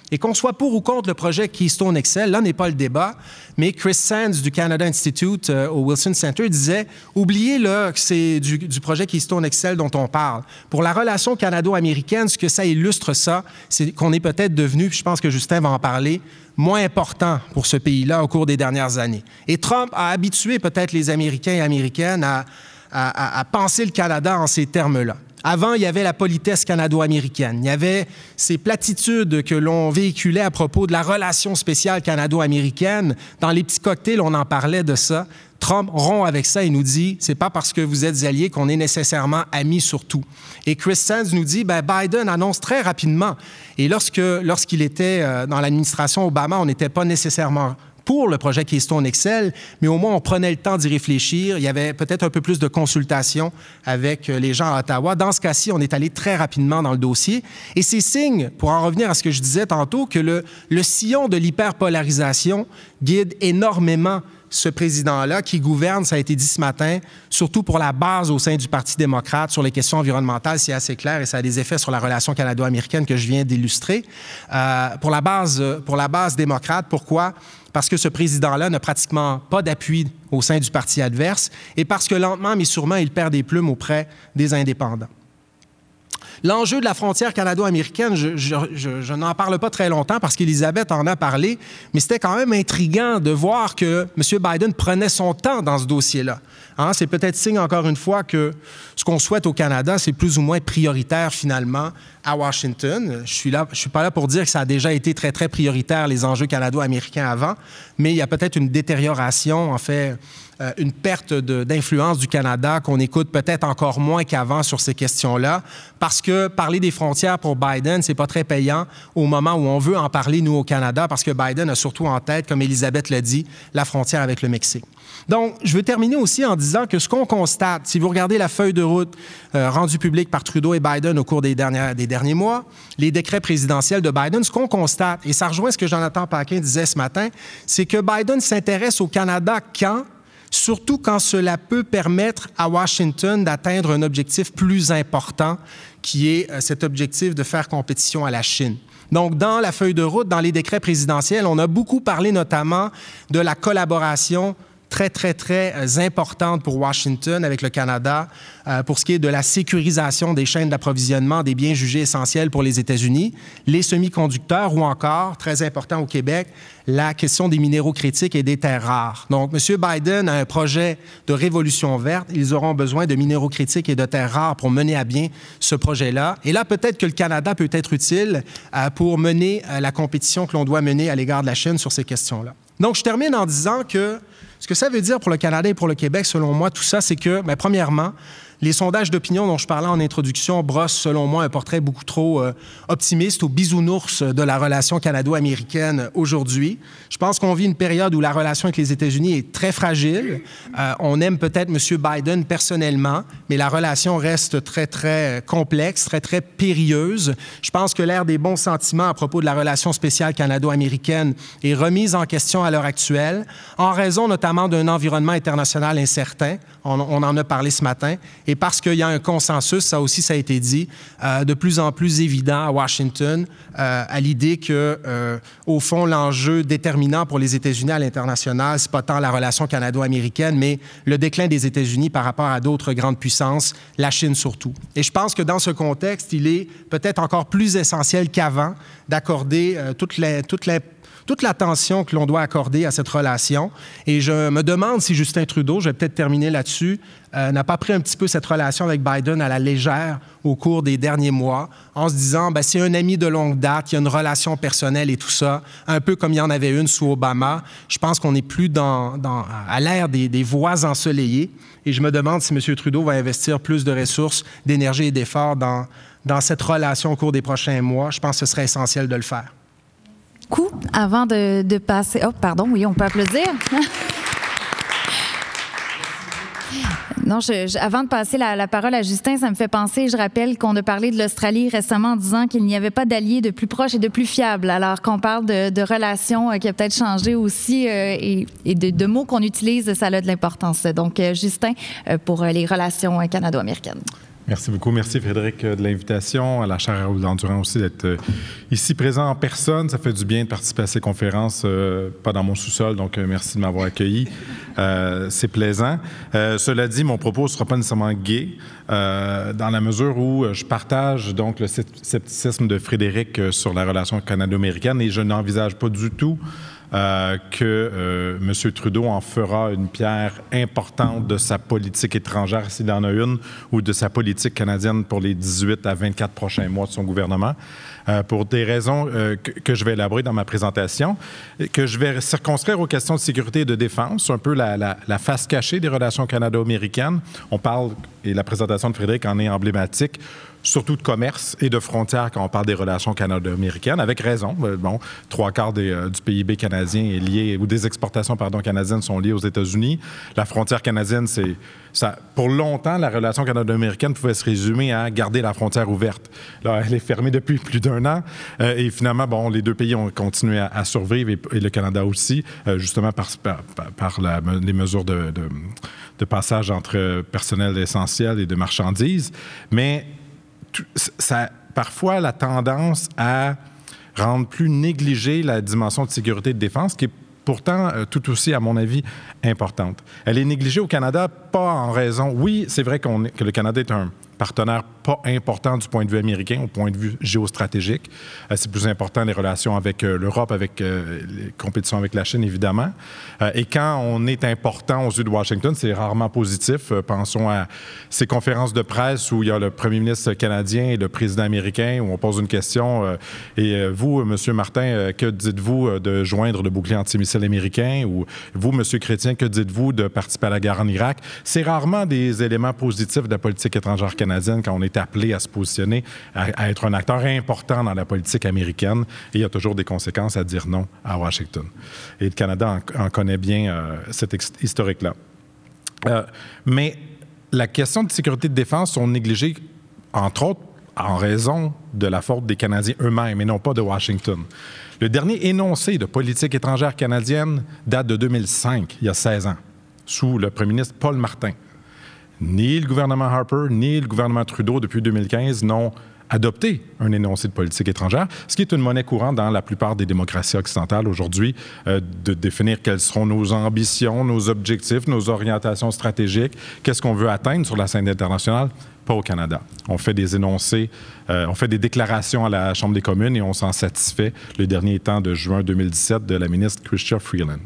Et qu'on soit pour ou contre le projet Keystone X L, là n'est pas le débat, mais Chris Sands du Canada Institute euh, au Wilson Center disait « Oubliez là, que c'est du, du projet Keystone X L dont on parle. Pour la relation canado-américaine, ce que ça illustre ça, c'est qu'on est peut-être devenu, puis je pense que Justin va en parler, moins important pour ce pays-là au cours des dernières années. Et Trump a habitué peut-être les Américains et Américaines à, à, à, à penser le Canada en ces termes-là. Avant, il y avait la politesse canado-américaine. Il y avait ces platitudes que l'on véhiculait à propos de la relation spéciale canado-américaine. Dans les petits cocktails, on en parlait de ça. Trump rompt avec ça et nous dit « c'est pas parce que vous êtes alliés qu'on est nécessairement amis sur tout ». Et Chris Sands nous dit ben, « Biden annonce très rapidement ». Et lorsque, lorsqu'il était euh, dans l'administration Obama, on n'était pas nécessairement pour le projet Keystone X L, mais au moins on prenait le temps d'y réfléchir. Il y avait peut-être un peu plus de consultation avec les gens à Ottawa. Dans ce cas-ci, on est allé très rapidement dans le dossier. Et c'est signe, pour en revenir à ce que je disais tantôt, que le, le sillon de l'hyperpolarisation guide énormément ce président-là qui gouverne, ça a été dit ce matin, surtout pour la base au sein du Parti démocrate sur les questions environnementales, c'est assez clair et ça a des effets sur la relation canado-américaine que je viens d'illustrer. Euh, pour la base, pour la base démocrate, pourquoi? Parce que ce président-là n'a pratiquement pas d'appui au sein du parti adverse et parce que lentement, mais sûrement, il perd des plumes auprès des indépendants. L'enjeu de la frontière canado-américaine, je, je, je, je n'en parle pas très longtemps parce qu'Élisabeth en a parlé, mais c'était quand même intriguant de voir que M. Biden prenait son temps dans ce dossier-là. Hein, c'est peut-être signe, encore une fois, que ce qu'on souhaite au Canada, c'est plus ou moins prioritaire, finalement, à Washington. Je suis là, je suis pas là pour dire que ça a déjà été très, très prioritaire, les enjeux canado-américains avant, mais il y a peut-être une détérioration, en fait, euh, une perte de, d'influence du Canada qu'on écoute peut-être encore moins qu'avant sur ces questions-là, parce que parler des frontières pour Biden, c'est pas très payant au moment où on veut en parler, nous, au Canada, parce que Biden a surtout en tête, comme Élisabeth l'a dit, la frontière avec le Mexique. Donc, je veux terminer aussi en disant que ce qu'on constate, si vous regardez la feuille de route euh, rendue publique par Trudeau et Biden au cours des, dernières, des derniers mois, les décrets présidentiels de Biden, ce qu'on constate, et ça rejoint ce que Jonathan Paquin disait ce matin, c'est que Biden s'intéresse au Canada quand? Surtout quand cela peut permettre à Washington d'atteindre un objectif plus important, qui est euh, cet objectif de faire compétition à la Chine. Donc, dans la feuille de route, dans les décrets présidentiels, on a beaucoup parlé notamment de la collaboration très, très, très euh, importante pour Washington avec le Canada euh, pour ce qui est de la sécurisation des chaînes d'approvisionnement des biens jugés essentiels pour les États-Unis, les semi-conducteurs ou encore, très important au Québec, la question des minéraux critiques et des terres rares. Donc, M. Biden a un projet de révolution verte. Ils auront besoin de minéraux critiques et de terres rares pour mener à bien ce projet-là. Et là, peut-être que le Canada peut être utile euh, pour mener euh, la compétition que l'on doit mener à l'égard de la Chine sur ces questions-là. Donc, je termine en disant que ce que ça veut dire pour le Canada et pour le Québec, selon moi, tout ça, c'est que, bien, premièrement, les sondages d'opinion dont je parlais en introduction brossent, selon moi, un portrait beaucoup trop euh, optimiste ou bisounours de la relation canado-américaine aujourd'hui. Je pense qu'on vit une période où la relation avec les États-Unis est très fragile. Euh, on aime peut-être M. Biden personnellement, mais la relation reste très, très complexe, très, très périlleuse. Je pense que l'ère des bons sentiments à propos de la relation spéciale canado-américaine est remise en question à l'heure actuelle, en raison notamment d'un environnement international incertain. On, on en a parlé ce matin. Et parce qu'il y a un consensus, ça aussi, ça a été dit, euh, de plus en plus évident à Washington, euh, à l'idée que, euh, au fond, l'enjeu déterminant pour les États-Unis à l'international, c'est pas tant la relation canado-américaine, mais le déclin des États-Unis par rapport à d'autres grandes puissances, la Chine surtout. Et je pense que dans ce contexte, il est peut-être encore plus essentiel qu'avant d'accorder euh, toute la, toute la toute l'attention que l'on doit accorder à cette relation. Et je me demande si Justin Trudeau, je vais peut-être terminer là-dessus, euh, n'a pas pris un petit peu cette relation avec Biden à la légère au cours des derniers mois, en se disant, ben, c'est un ami de longue date, il y a une relation personnelle et tout ça, un peu comme il y en avait une sous Obama. Je pense qu'on n'est plus dans, dans, à l'ère des, des voies ensoleillées. Et je me demande si M. Trudeau va investir plus de ressources, d'énergie et d'efforts dans, dans cette relation au cours des prochains mois. Je pense que ce serait essentiel de le faire. Coup, avant de, de passer... Oh, pardon, oui, on peut applaudir. Non, je, je, avant de passer la, la parole à Justin, ça me fait penser, je rappelle qu'on a parlé de l'Australie récemment en disant qu'il n'y avait pas d'alliés de plus proches et de plus fiables, alors qu'on parle de, de relations euh, qui a peut-être changé aussi euh, et, et de, de mots qu'on utilise, ça a de l'importance. Donc, euh, Justin, euh, pour les relations canado-américaines. Merci beaucoup. Merci, Frédéric, de l'invitation. À la chaire Raoul Dandurand aussi d'être ici présent en personne. Ça fait du bien de participer à ces conférences, euh, pas dans mon sous-sol, donc euh, merci de m'avoir accueilli. Euh, c'est plaisant. Euh, cela dit, mon propos ne sera pas nécessairement gai, euh, dans la mesure où je partage donc le scepticisme de Frédéric sur la relation canado-américaine et je n'envisage pas du tout Euh, que euh, M. Trudeau en fera une pierre importante de sa politique étrangère, s'il en a une, ou de sa politique canadienne pour les dix-huit à vingt-quatre prochains mois de son gouvernement, euh, pour des raisons euh, que, que je vais élaborer dans ma présentation, que je vais circonscrire aux questions de sécurité et de défense, un peu la, la, la face cachée des relations canado-américaines. On parle, et la présentation de Frédéric en est emblématique, surtout de commerce et de frontières quand on parle des relations canado-américaines, avec raison. Bon, trois quarts des, euh, du P I B canadien est lié, ou des exportations, pardon, canadiennes sont liées aux États-Unis. La frontière canadienne, c'est ça. Pour longtemps, la relation canado-américaine pouvait se résumer à garder la frontière ouverte. Là, elle est fermée depuis plus d'un an. Euh, et finalement, bon, les deux pays ont continué à, à survivre, et, et le Canada aussi, euh, justement par, par, par la, les mesures de, de, de passage entre personnel essentiel et de marchandises. Mais ça, parfois, la tendance à rendre plus négligée la dimension de sécurité et de défense, qui est pourtant euh, tout aussi, à mon avis, importante. Elle est négligée au Canada, pas en raison... Oui, c'est vrai qu'on est, que le Canada est un partenaire pas important du point de vue américain, au point de vue géostratégique. Euh, c'est plus important les relations avec euh, l'Europe, avec euh, les compétitions avec la Chine, évidemment. Euh, et quand on est important aux yeux de Washington, c'est rarement positif. Euh, pensons à ces conférences de presse où il y a le premier ministre canadien et le président américain, où on pose une question. Euh, et euh, vous, M. Martin, euh, que dites-vous de joindre le bouclier antimissile américain? Ou vous, M. Chrétien, que dites-vous de participer à la guerre en Irak? C'est rarement des éléments positifs de la politique étrangère canadienne quand on est appelé à se positionner, à, à être un acteur important dans la politique américaine. Et il y a toujours des conséquences à dire non à Washington. Et le Canada en, en connaît bien euh, cet historique-là. Euh, mais la question de sécurité et de défense sont négligées, entre autres, en raison de la faute des Canadiens eux-mêmes et non pas de Washington. Le dernier énoncé de politique étrangère canadienne date de deux mille cinq, il y a seize ans, sous le premier ministre Paul Martin. Ni le gouvernement Harper, ni le gouvernement Trudeau, depuis deux mille quinze, n'ont adopté un énoncé de politique étrangère, ce qui est une monnaie courante dans la plupart des démocraties occidentales aujourd'hui, euh, de définir quelles seront nos ambitions, nos objectifs, nos orientations stratégiques, qu'est-ce qu'on veut atteindre sur la scène internationale. Pas au Canada. On fait des énoncés, euh, on fait des déclarations à la Chambre des communes et on s'en satisfait, le dernier étant de juin deux mille dix-sept de la ministre Chrystia Freeland.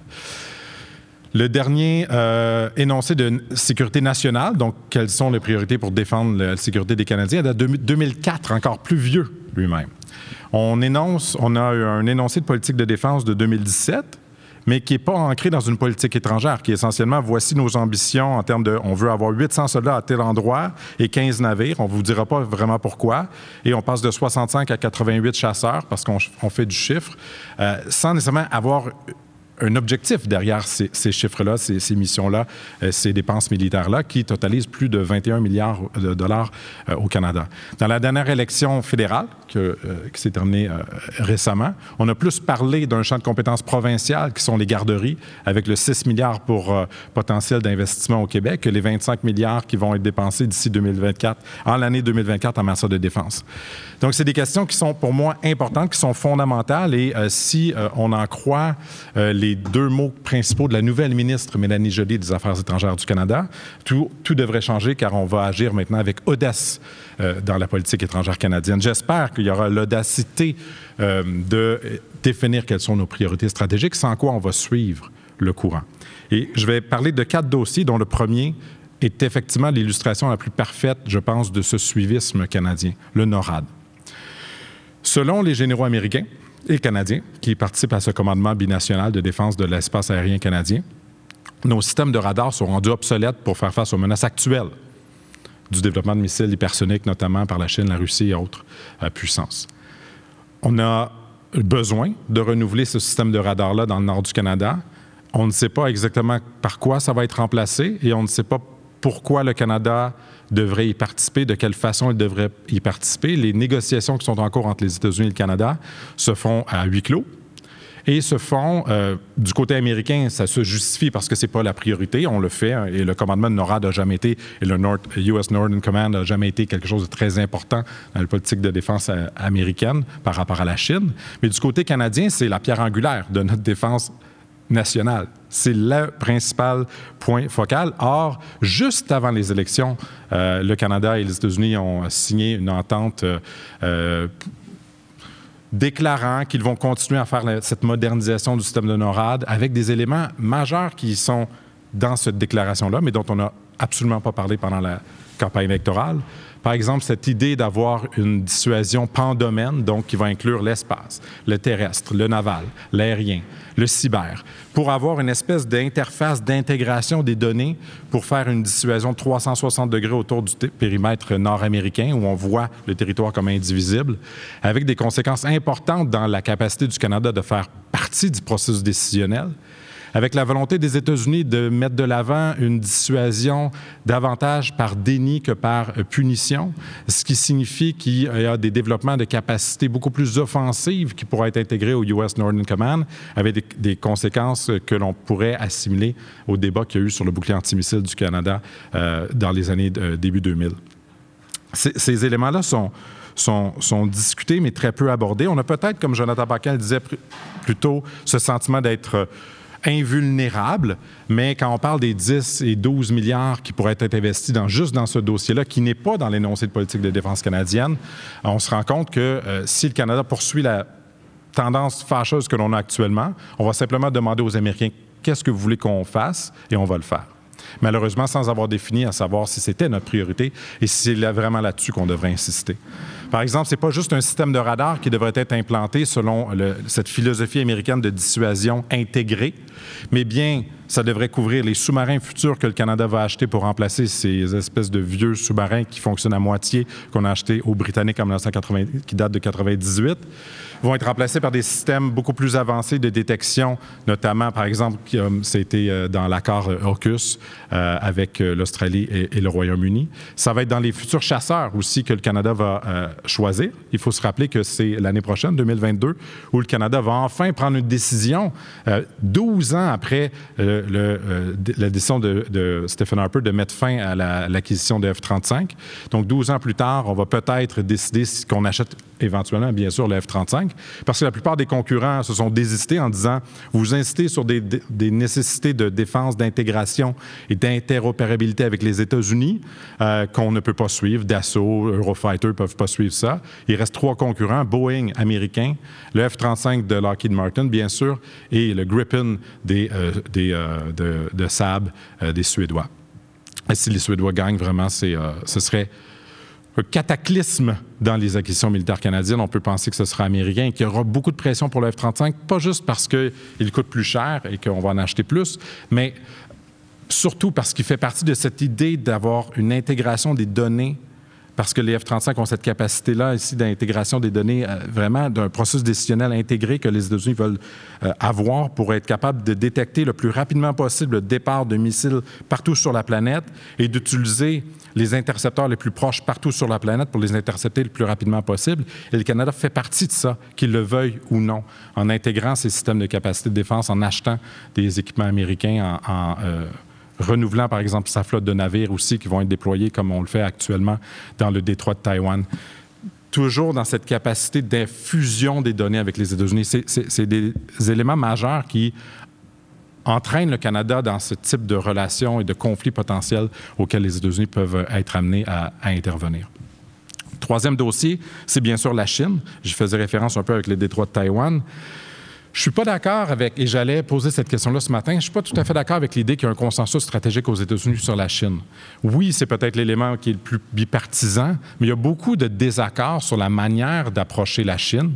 Le dernier euh, énoncé de sécurité nationale, donc quelles sont les priorités pour défendre la sécurité des Canadiens, date de deux mille quatre, encore plus vieux lui-même. On énonce, on a un énoncé de politique de défense de deux mille dix-sept, mais qui n'est pas ancré dans une politique étrangère, qui est essentiellement, voici nos ambitions en termes de, on veut avoir huit cents soldats à tel endroit et quinze navires, on ne vous dira pas vraiment pourquoi, et on passe de soixante-cinq à quatre-vingt-huit chasseurs, parce qu'on on fait du chiffre, euh, sans nécessairement avoir un objectif derrière ces, ces chiffres-là, ces, ces missions-là, euh, ces dépenses militaires-là, qui totalisent plus de vingt et un milliards de dollars euh, au Canada. Dans la dernière élection fédérale, que, euh, qui s'est terminée euh, récemment, on a plus parlé d'un champ de compétences provinciales, qui sont les garderies, avec le six milliards pour euh, potentiel d'investissement au Québec, que les vingt-cinq milliards qui vont être dépensés d'ici deux mille vingt-quatre, en l'année deux mille vingt-quatre en matière de défense. Donc, c'est des questions qui sont, pour moi, importantes, qui sont fondamentales, et euh, si euh, on en croit euh, les deux mots principaux de la nouvelle ministre Mélanie Joly des Affaires étrangères du Canada, tout, tout devrait changer, car on va agir maintenant avec audace euh, dans la politique étrangère canadienne. J'espère qu'il y aura l'audacité euh, de définir quelles sont nos priorités stratégiques, sans quoi on va suivre le courant. Et je vais parler de quatre dossiers, dont le premier est effectivement l'illustration la plus parfaite, je pense, de ce suivisme canadien, le NORAD. Selon les généraux américains et canadiens qui participent à ce commandement binational de défense de l'espace aérien canadien, nos systèmes de radar sont rendus obsolètes pour faire face aux menaces actuelles du développement de missiles hypersoniques, notamment par la Chine, la Russie et autres euh, puissances. On a besoin de renouveler ce système de radar-là dans le nord du Canada. On ne sait pas exactement par quoi ça va être remplacé et on ne sait pas pourquoi le Canada devrait y participer, de quelle façon il devrait y participer. Les négociations qui sont en cours entre les États-Unis et le Canada se font à huis clos. Et ce fonds, euh, du côté américain, ça se justifie parce que c'est pas la priorité, on le fait, hein, et le commandement de NORAD n'a jamais été, et le North, U S Northern Command n'a jamais été quelque chose de très important dans la politique de défense euh, américaine par rapport à la Chine. Mais du côté canadien, c'est la pierre angulaire de notre défense nationale. C'est le principal point focal. Or, juste avant les élections, euh, le Canada et les États-Unis ont signé une entente euh, euh, déclarant qu'ils vont continuer à faire la, cette modernisation du système de NORAD avec des éléments majeurs qui sont dans cette déclaration-là, mais dont on n'a absolument pas parlé pendant la campagne électorale. Par exemple, cette idée d'avoir une dissuasion pan-domaine, donc qui va inclure l'espace, le terrestre, le naval, l'aérien, le cyber, pour avoir une espèce d'interface d'intégration des données pour faire une dissuasion de trois cent soixante degrés autour du périmètre nord-américain où on voit le territoire comme indivisible, avec des conséquences importantes dans la capacité du Canada de faire partie du processus décisionnel, avec la volonté des États-Unis de mettre de l'avant une dissuasion davantage par déni que par punition, ce qui signifie qu'il y a des développements de capacités beaucoup plus offensives qui pourraient être intégrés au U S Northern Command, avec des, des conséquences que l'on pourrait assimiler au débat qu'il y a eu sur le bouclier antimissile du Canada euh, dans les années euh, début deux mille. Ces, ces éléments-là sont... Sont, sont discutés, mais très peu abordés. On a peut-être, comme Jonathan Paquin le disait plutôt, ce sentiment d'être invulnérable, mais quand on parle des dix et douze milliards qui pourraient être investis dans, juste dans ce dossier-là, qui n'est pas dans l'énoncé de politique de défense canadienne, on se rend compte que euh, si le Canada poursuit la tendance fâcheuse que l'on a actuellement, on va simplement demander aux Américains « qu'est-ce que vous voulez qu'on fasse ?» et on va le faire. Malheureusement, sans avoir défini à savoir si c'était notre priorité et si c'est là, vraiment là-dessus qu'on devrait insister. Par exemple, ce n'est pas juste un système de radar qui devrait être implanté selon le, cette philosophie américaine de dissuasion intégrée, mais bien, ça devrait couvrir les sous-marins futurs que le Canada va acheter pour remplacer ces espèces de vieux sous-marins qui fonctionnent à moitié, qu'on a achetés aux Britanniques en dix-neuf cent quatre-vingts, qui datent de quatre-vingt-dix-huit, vont être remplacés par des systèmes beaucoup plus avancés de détection, notamment, par exemple, comme c'était dans l'accord AUKUS euh, avec l'Australie et, et le Royaume-Uni. Ça va être dans les futurs chasseurs aussi que le Canada va euh, choisir. Il faut se rappeler que c'est l'année prochaine, deux mille vingt-deux, où le Canada va enfin prendre une décision, euh, douze ans après euh, le, euh, la décision de, de Stephen Harper de mettre fin à la, l'acquisition de F trente-cinq. Donc, douze ans plus tard, on va peut-être décider si, qu'on achète éventuellement, bien sûr, le F trente-cinq, parce que la plupart des concurrents se sont désistés en disant « vous incitez sur des, des nécessités de défense, d'intégration et d'interopérabilité avec les États-Unis euh, qu'on ne peut pas suivre. Dassault, Eurofighter ne peuvent pas suivre ça. Il reste trois concurrents, Boeing américain, le F trente-cinq de Lockheed Martin, bien sûr, et le Gripen des, euh, des, euh, de, de Saab, euh, des Suédois. Et si les Suédois gagnent, vraiment, c'est, euh, ce serait un cataclysme dans les acquisitions militaires canadiennes. On peut penser que ce sera américain et qu'il y aura beaucoup de pression pour le F trente-cinq, pas juste parce qu'il coûte plus cher et qu'on va en acheter plus, mais surtout parce qu'il fait partie de cette idée d'avoir une intégration des données, parce que les F trente-cinq ont cette capacité-là ici d'intégration des données, euh, vraiment d'un processus décisionnel intégré que les États-Unis veulent euh, avoir pour être capables de détecter le plus rapidement possible le départ de missiles partout sur la planète et d'utiliser les intercepteurs les plus proches partout sur la planète pour les intercepter le plus rapidement possible. Et le Canada fait partie de ça, qu'il le veuille ou non, en intégrant ces systèmes de capacité de défense, en achetant des équipements américains, en, en euh, renouvelant, par exemple, sa flotte de navires aussi qui vont être déployés comme on le fait actuellement dans le détroit de Taïwan. Toujours dans cette capacité d'infusion des données avec les États-Unis. C'est, c'est, c'est des éléments majeurs qui entraînent le Canada dans ce type de relations et de conflits potentiels auxquels les États-Unis peuvent être amenés à, à intervenir. Troisième dossier, c'est bien sûr la Chine. Je faisais référence un peu avec le détroit de Taïwan. Je ne suis pas d'accord avec, et j'allais poser cette question-là ce matin, je ne suis pas tout à fait d'accord avec l'idée qu'il y a un consensus stratégique aux États-Unis sur la Chine. Oui, c'est peut-être l'élément qui est le plus bipartisan, mais il y a beaucoup de désaccords sur la manière d'approcher la Chine.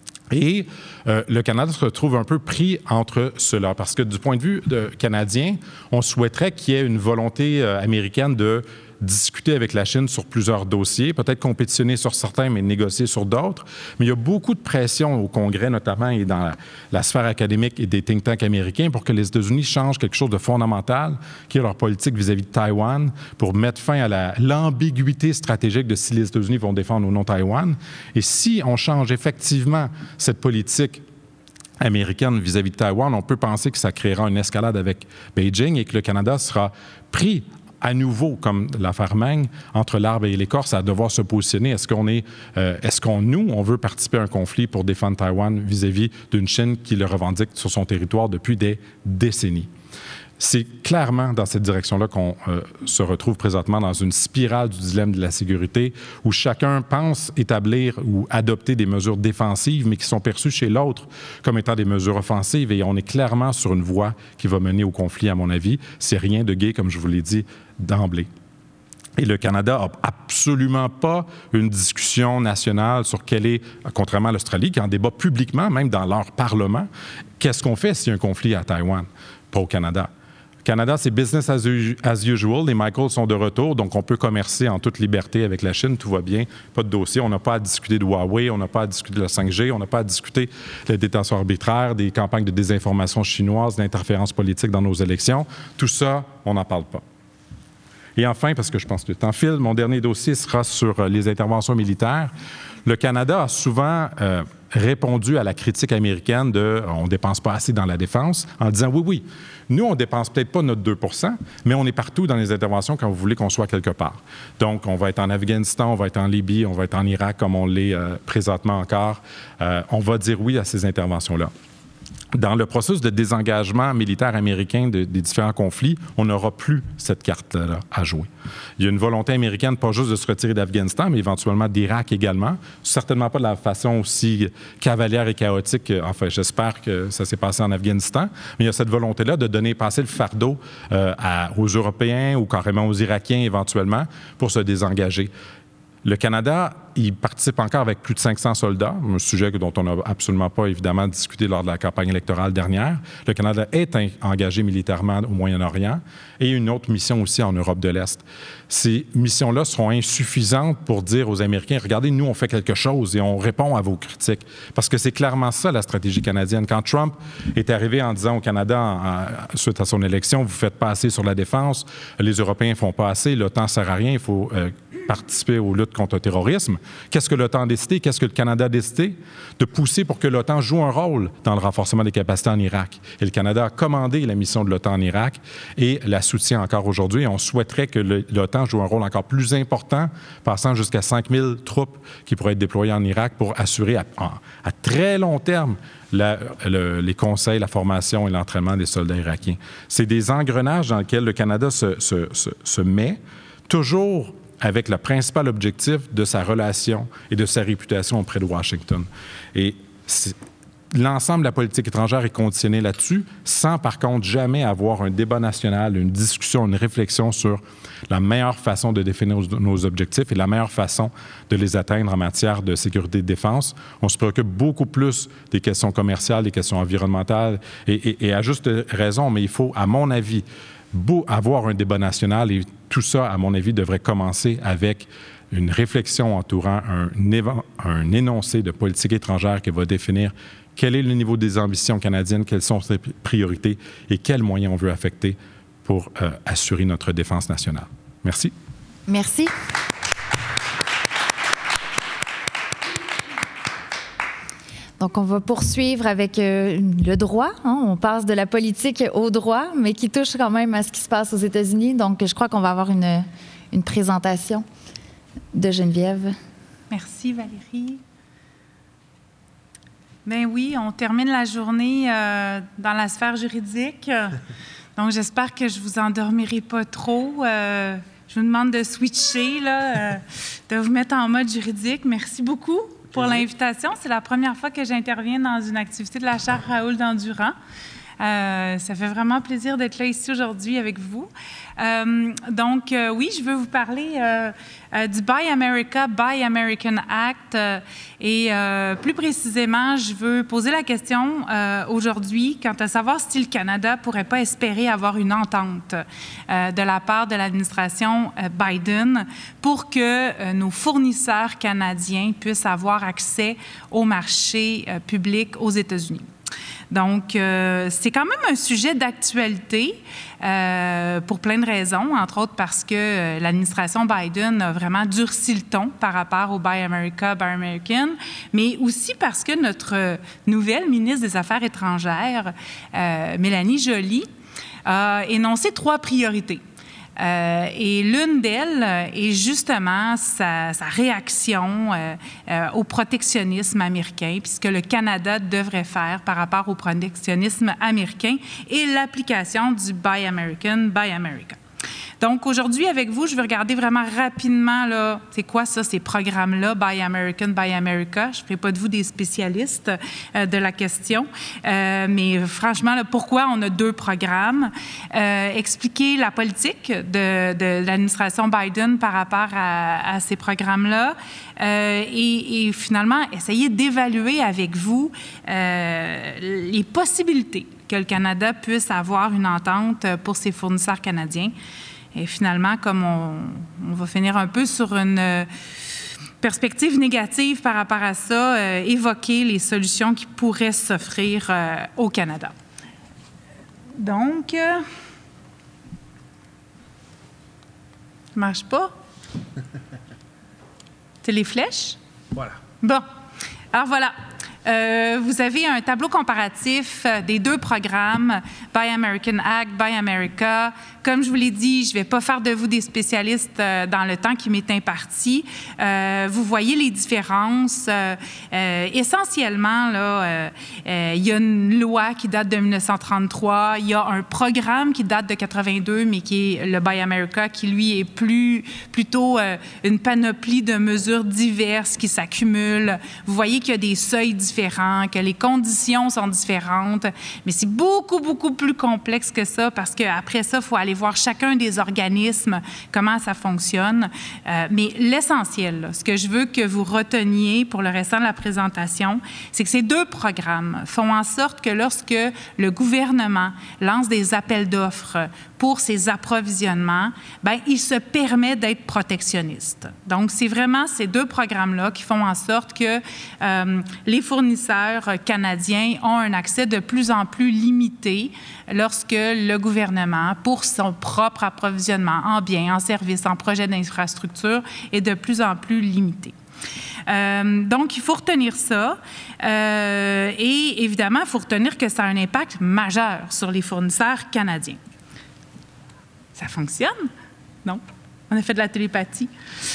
Et euh, le Canada se retrouve un peu pris entre cela, parce que du point de vue de, canadien, on souhaiterait qu'il y ait une volonté euh, américaine de discuter avec la Chine sur plusieurs dossiers, peut-être compétitionner sur certains, mais négocier sur d'autres. Mais il y a beaucoup de pression au Congrès, notamment, et dans la, la sphère académique et des think tanks américains pour que les États-Unis changent quelque chose de fondamental, qui est leur politique vis-à-vis de Taïwan, pour mettre fin à la, l'ambiguïté stratégique de si les États-Unis vont défendre ou non Taïwan. Et si on change effectivement cette politique américaine vis-à-vis de Taïwan, on peut penser que ça créera une escalade avec Beijing et que le Canada sera pris à nouveau, comme l'affaire Meng, entre l'arbre et l'écorce, à devoir se positionner. Est-ce qu'on est, euh, est-ce qu'on, nous, on veut participer à un conflit pour défendre Taïwan vis-à-vis d'une Chine qui le revendique sur son territoire depuis des décennies? C'est clairement dans cette direction-là qu'on euh, se retrouve présentement dans une spirale du dilemme de la sécurité où chacun pense établir ou adopter des mesures défensives, mais qui sont perçues chez l'autre comme étant des mesures offensives. Et on est clairement sur une voie qui va mener au conflit, à mon avis. C'est rien de gai, comme je vous l'ai dit d'emblée. Et le Canada n'a absolument pas une discussion nationale sur quelle est, contrairement à l'Australie, qui en débat publiquement, même dans leur Parlement, qu'est-ce qu'on fait s'il y a un conflit à Taïwan, pas au Canada. Canada, c'est business as, as usual. Les Michaels sont de retour, donc on peut commercer en toute liberté avec la Chine. Tout va bien, pas de dossier. On n'a pas à discuter de Huawei, on n'a pas à discuter de la cinq G, on n'a pas à discuter de la détention arbitraire, des campagnes de désinformation chinoise, d'interférence politique dans nos élections. Tout ça, on n'en parle pas. Et enfin, parce que je pense que le temps file, mon dernier dossier sera sur les interventions militaires. Le Canada a souvent euh, répondu à la critique américaine de « on ne dépense pas assez dans la défense » en disant « oui, oui, nous, on ne dépense peut-être pas notre deux pour cent, mais on est partout dans les interventions quand vous voulez qu'on soit quelque part. » Donc, on va être en Afghanistan, on va être en Libye, on va être en Irak comme on l'est euh, présentement encore. Euh, on va dire oui à ces interventions-là. Dans le processus de désengagement militaire américain de, des différents conflits, on n'aura plus cette carte-là à jouer. Il y a une volonté américaine, pas juste de se retirer d'Afghanistan, mais éventuellement d'Irak également. Certainement pas de la façon aussi cavalière et chaotique. Enfin, j'espère que ça s'est passé en Afghanistan. Mais il y a cette volonté-là de donner, passer le fardeau euh, à, aux Européens ou carrément aux Irakiens éventuellement pour se désengager. Le Canada, il participe encore avec plus de cinq cents soldats, un sujet dont on n'a absolument pas, évidemment, discuté lors de la campagne électorale dernière. Le Canada est in- engagé militairement au Moyen-Orient et une autre mission aussi en Europe de l'Est. Ces missions-là seront insuffisantes pour dire aux Américains, regardez, nous, on fait quelque chose et on répond à vos critiques. Parce que c'est clairement ça, la stratégie canadienne. Quand Trump est arrivé en disant au Canada, en, en, suite à son élection, vous ne faites pas assez sur la défense, les Européens ne font pas assez, l'OTAN ne sert à rien, il faut euh, participer aux luttes contre le terrorisme. Qu'est-ce que l'OTAN a décidé? Qu'est-ce que le Canada a décidé? De pousser pour que l'OTAN joue un rôle dans le renforcement des capacités en Irak. Et le Canada a commandé la mission de l'OTAN en Irak et la soutient encore aujourd'hui. Et on souhaiterait que le, l'OTAN joue un rôle encore plus important, passant jusqu'à cinq mille troupes qui pourraient être déployées en Irak pour assurer à, à, à très long terme La, le, les conseils, la formation et l'entraînement des soldats irakiens. C'est des engrenages dans lesquels le Canada se, se, se, se met, toujours avec le principal objectif de sa relation et de sa réputation auprès de Washington. Et l'ensemble de la politique étrangère est conditionné là-dessus, sans par contre jamais avoir un débat national, une discussion, une réflexion sur la meilleure façon de définir nos, nos objectifs et la meilleure façon de les atteindre en matière de sécurité et de défense. On se préoccupe beaucoup plus des questions commerciales, des questions environnementales, et, et, et à juste raison, mais il faut, à mon avis, beau avoir un débat national et tout ça, à mon avis, devrait commencer avec une réflexion entourant un, évan- un énoncé de politique étrangère qui va définir quel est le niveau des ambitions canadiennes, quelles sont ses priorités et quels moyens on veut affecter pour euh, assurer notre défense nationale. Merci. Merci. Donc, on va poursuivre avec euh, le droit. Hein? On passe de la politique au droit, mais qui touche quand même à ce qui se passe aux États-Unis. Donc, je crois qu'on va avoir une, une présentation de Geneviève. Merci, Valérie. Bien oui, on termine la journée euh, dans la sphère juridique. Donc, j'espère que je ne vous endormirai pas trop. Euh, je vous demande de switcher, là, euh, de vous mettre en mode juridique. Merci beaucoup pour l'invitation. C'est la première fois que j'interviens dans une activité de la chaire Raoul Dandurand. Euh, ça fait vraiment plaisir d'être là ici aujourd'hui avec vous. Euh, donc, euh, oui, je veux vous parler euh, euh, du Buy America, Buy American Act. Euh, et euh, plus précisément, je veux poser la question euh, aujourd'hui quant à savoir si le Canada ne pourrait pas espérer avoir une entente euh, de la part de l'administration euh, Biden pour que euh, nos fournisseurs canadiens puissent avoir accès au marché euh, public aux États-Unis. Donc, euh, c'est quand même un sujet d'actualité euh, pour plein de raisons, entre autres parce que euh, l'administration Biden a vraiment durci le ton par rapport au Buy America, Buy American, mais aussi parce que notre nouvelle ministre des Affaires étrangères, euh, Mélanie Joly, a énoncé trois priorités. Euh, et l'une d'elles est justement sa, sa réaction euh, euh, au protectionnisme américain, puis ce que le Canada devrait faire par rapport au protectionnisme américain et l'application du Buy American, Buy America. Donc, aujourd'hui, avec vous, je vais regarder vraiment rapidement, là, c'est quoi ça, ces programmes-là, Buy American, Buy America. Je ne ferai pas de vous des spécialistes euh, de la question, euh, mais franchement, là, pourquoi on a deux programmes? Euh, expliquer la politique de, de l'administration Biden par rapport à, à ces programmes-là euh, et, et finalement, essayer d'évaluer avec vous euh, les possibilités que le Canada puisse avoir une entente pour ses fournisseurs canadiens. Et finalement, comme on, on va finir un peu sur une euh, perspective négative par rapport à ça, euh, évoquer les solutions qui pourraient s'offrir euh, au Canada. Donc, euh, ça ne marche pas? C'est les flèches? Voilà. Bon. Alors voilà. Euh, vous avez un tableau comparatif des deux programmes, Buy American Act, Buy America. Comme je vous l'ai dit, je ne vais pas faire de vous des spécialistes euh, dans le temps qui m'est imparti. Euh, vous voyez les différences. Euh, euh, essentiellement, là, euh, euh, il y a une loi qui date de dix-neuf cent trente-trois. Il y a un programme qui date de quatre-vingt-deux, mais qui est le Buy America, qui, lui, est plus, plutôt euh, une panoplie de mesures diverses qui s'accumulent. Vous voyez qu'il y a des seuils différents, que les conditions sont différentes, mais c'est beaucoup, beaucoup plus complexe que ça parce qu'après ça, il faut aller voir chacun des organismes, comment ça fonctionne. Euh, mais l'essentiel, là, ce que je veux que vous reteniez pour le restant de la présentation, c'est que ces deux programmes font en sorte que lorsque le gouvernement lance des appels d'offres pour ses approvisionnements, bien, il se permet d'être protectionniste. Donc, c'est vraiment ces deux programmes-là qui font en sorte que euh, les fournisseurs canadiens ont un accès de plus en plus limité lorsque le gouvernement, pour son propre approvisionnement en biens, en services, en projets d'infrastructure, est de plus en plus limité. Euh, donc, il faut retenir ça. Euh, et évidemment, il faut retenir que ça a un impact majeur sur les fournisseurs canadiens. Ça fonctionne? Non. On a fait de la télépathie.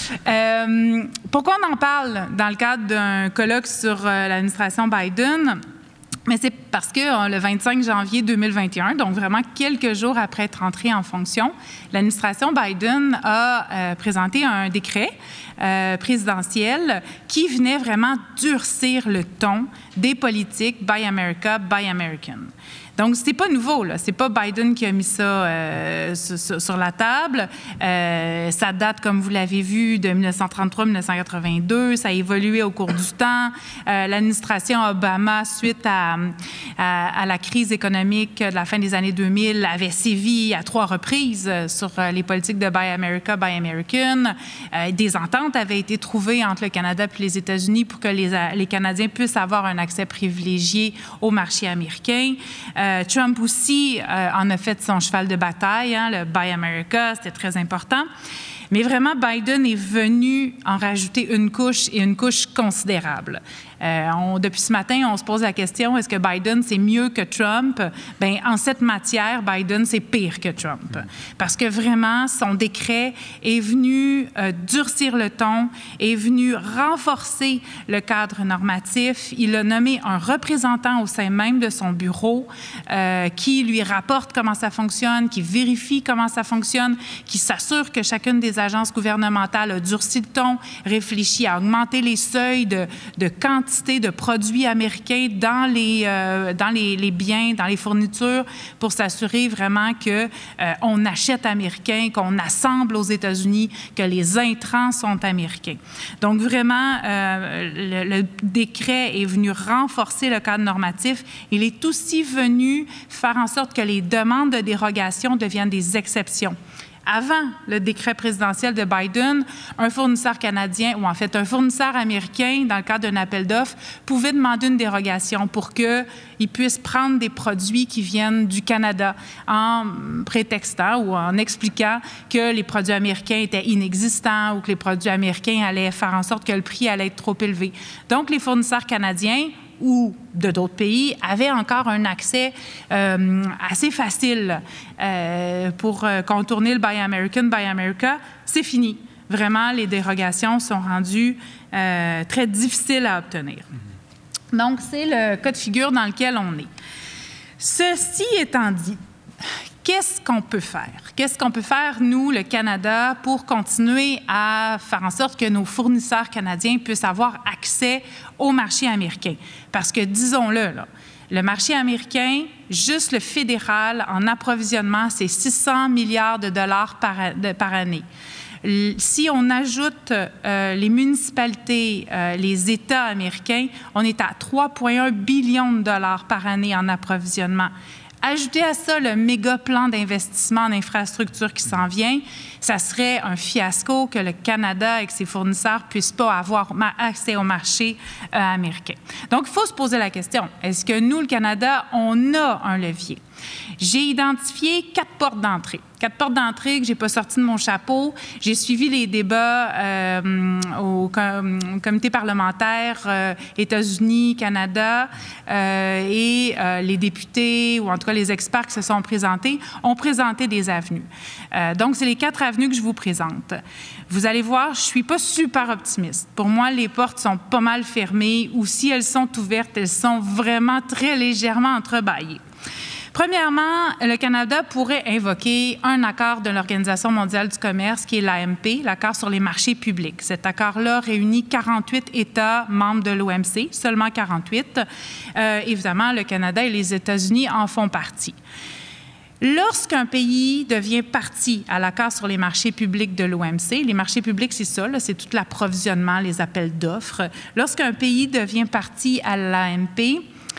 Euh, pourquoi on en parle dans le cadre d'un colloque sur euh, l'administration Biden? Mais c'est parce que euh, le vingt-cinq janvier deux mille vingt et un, donc vraiment quelques jours après être entrée en fonction, l'administration Biden a euh, présenté un décret euh, présidentiel qui venait vraiment durcir le ton des politiques Buy America, Buy American. Donc, c'est pas nouveau, là. C'est pas Biden qui a mis ça euh, sur, sur la table. Euh, ça date, comme vous l'avez vu, de dix-neuf cent trente-trois à dix-neuf cent quatre-vingt-deux. Ça a évolué au cours du temps. Euh, l'administration Obama, suite à, à, à la crise économique de la fin des années deux mille, avait sévi à trois reprises sur les politiques de Buy America, Buy American. Euh, des ententes avaient été trouvées entre le Canada et les États-Unis pour que les, les Canadiens puissent avoir un accès privilégié au marché américain. Euh, Trump aussi euh, en a fait son cheval de bataille, hein, le Buy America, c'était très important. Mais vraiment, Biden est venu en rajouter une couche et une couche considérable. Euh, on, depuis ce matin, on se pose la question, est-ce que Biden, c'est mieux que Trump? Bien, en cette matière, Biden, c'est pire que Trump. Parce que vraiment, son décret est venu euh, durcir le ton, est venu renforcer le cadre normatif. Il a nommé un représentant au sein même de son bureau euh, qui lui rapporte comment ça fonctionne, qui vérifie comment ça fonctionne, qui s'assure que chacune des agences gouvernementales a durci le ton, réfléchit à augmenter les seuils de, de quantité de produits américains dans les, euh, dans les, les biens, dans les fournitures, pour s'assurer vraiment qu'on euh, achète américain, qu'on assemble aux États-Unis, que les intrants sont américains. Donc, vraiment, euh, le, le décret est venu renforcer le cadre normatif. Il est aussi venu faire en sorte que les demandes de dérogation deviennent des exceptions Avant le décret présidentiel de Biden, un fournisseur canadien, ou en fait un fournisseur américain, dans le cadre d'un appel d'offres, pouvait demander une dérogation pour qu'il puisse prendre des produits qui viennent du Canada en prétextant ou en expliquant que les produits américains étaient inexistants ou que les produits américains allaient faire en sorte que le prix allait être trop élevé. Donc, les fournisseurs canadiens ou de d'autres pays avaient encore un accès euh, assez facile euh, pour euh, contourner le Buy American, Buy America. C'est fini. Vraiment, les dérogations sont rendues euh, très difficiles à obtenir. Mm-hmm. Donc, c'est le cas de figure dans lequel on est. Ceci étant dit, qu'est-ce qu'on peut faire? Qu'est-ce qu'on peut faire, nous, le Canada, pour continuer à faire en sorte que nos fournisseurs canadiens puissent avoir accès au marché américain? Parce que, disons-le, là, le marché américain, juste le fédéral, en approvisionnement, c'est six cents milliards de dollars par, de, par année. Si on ajoute euh, les municipalités, euh, les États américains, on est à trois virgule un billions de dollars par année en approvisionnement. Ajoutez à ça le méga plan d'investissement en infrastructure qui s'en vient, ça serait un fiasco que le Canada avec ses fournisseurs ne puissent pas avoir accès au marché euh, américain. Donc, il faut se poser la question, est-ce que nous, le Canada, on a un levier? J'ai identifié quatre portes d'entrée. Quatre portes d'entrée que je n'ai pas sorties de mon chapeau. J'ai suivi les débats euh, au com- comité parlementaire euh, États-Unis, Canada euh, et euh, les députés, ou en tout cas les experts qui se sont présentés, ont présenté des avenues. Euh, donc, c'est les quatre avenues que je vous présente. Vous allez voir, je ne suis pas super optimiste. Pour moi, les portes sont pas mal fermées, ou si elles sont ouvertes, elles sont vraiment très légèrement entrebâillées. Premièrement, le Canada pourrait invoquer un accord de l'Organisation mondiale du commerce, qui est l'A M P, l'accord sur les marchés publics. Cet accord-là réunit quarante-huit États membres de l'O M C, seulement quarante-huit. Euh, évidemment, le Canada et les États-Unis en font partie. Lorsqu'un pays devient partie à l'accord sur les marchés publics de l'O M C, les marchés publics, c'est ça, là, c'est tout l'approvisionnement, les appels d'offres. Lorsqu'un pays devient partie à l'A M P,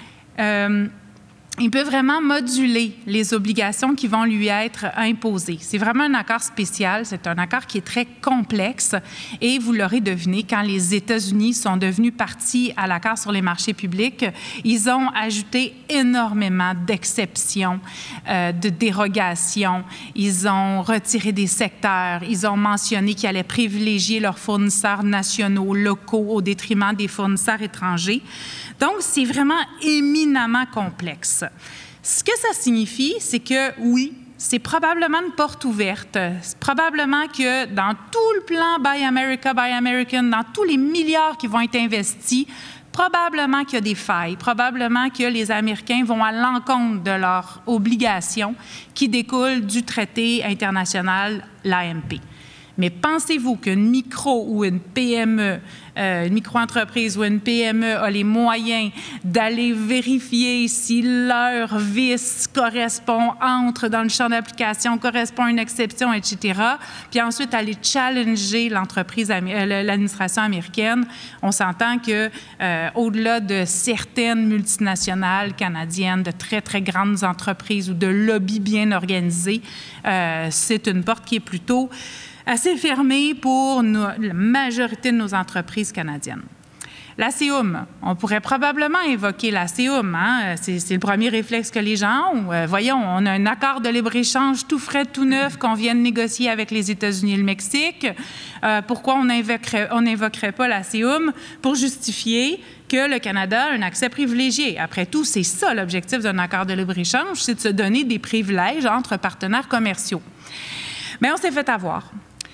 euh, il peut vraiment moduler les obligations qui vont lui être imposées. C'est vraiment un accord spécial, c'est un accord qui est très complexe et vous l'aurez deviné, quand les États-Unis sont devenus partie à l'accord sur les marchés publics, ils ont ajouté énormément d'exceptions, euh, de dérogations. Ils ont retiré des secteurs, ils ont mentionné qu'ils allaient privilégier leurs fournisseurs nationaux, locaux, au détriment des fournisseurs étrangers. Donc, c'est vraiment éminemment complexe. Ce que ça signifie, c'est que, oui, c'est probablement une porte ouverte. C'est probablement que dans tout le plan Buy America, Buy American, dans tous les milliards qui vont être investis, probablement qu'il y a des failles, probablement que les Américains vont à l'encontre de leurs obligations qui découlent du traité international, l'A M P. Mais pensez-vous qu'une micro ou une P M E, euh, une micro-entreprise ou une P M E a les moyens d'aller vérifier si leur vice correspond, entre dans le champ d'application, correspond à une exception, et cetera, puis ensuite aller challenger l'entreprise, euh, l'administration américaine? On s'entend que euh, au-delà de certaines multinationales canadiennes, de très, très grandes entreprises ou de lobbies bien organisés, euh, c'est une porte qui est plutôt assez fermée pour nos, la majorité de nos entreprises canadiennes. La C O M, on pourrait probablement évoquer la C O M. Hein? C'est, c'est le premier réflexe que les gens ont. Euh, voyons, on a un accord de libre-échange tout frais, tout neuf qu'on vient de négocier avec les États-Unis et le Mexique. Euh, pourquoi on n'invoquerait, on n'invoquerait pas la C O M pour justifier que le Canada a un accès privilégié? Après tout, c'est ça l'objectif d'un accord de libre-échange, c'est de se donner des privilèges entre partenaires commerciaux. Mais on s'est fait avoir.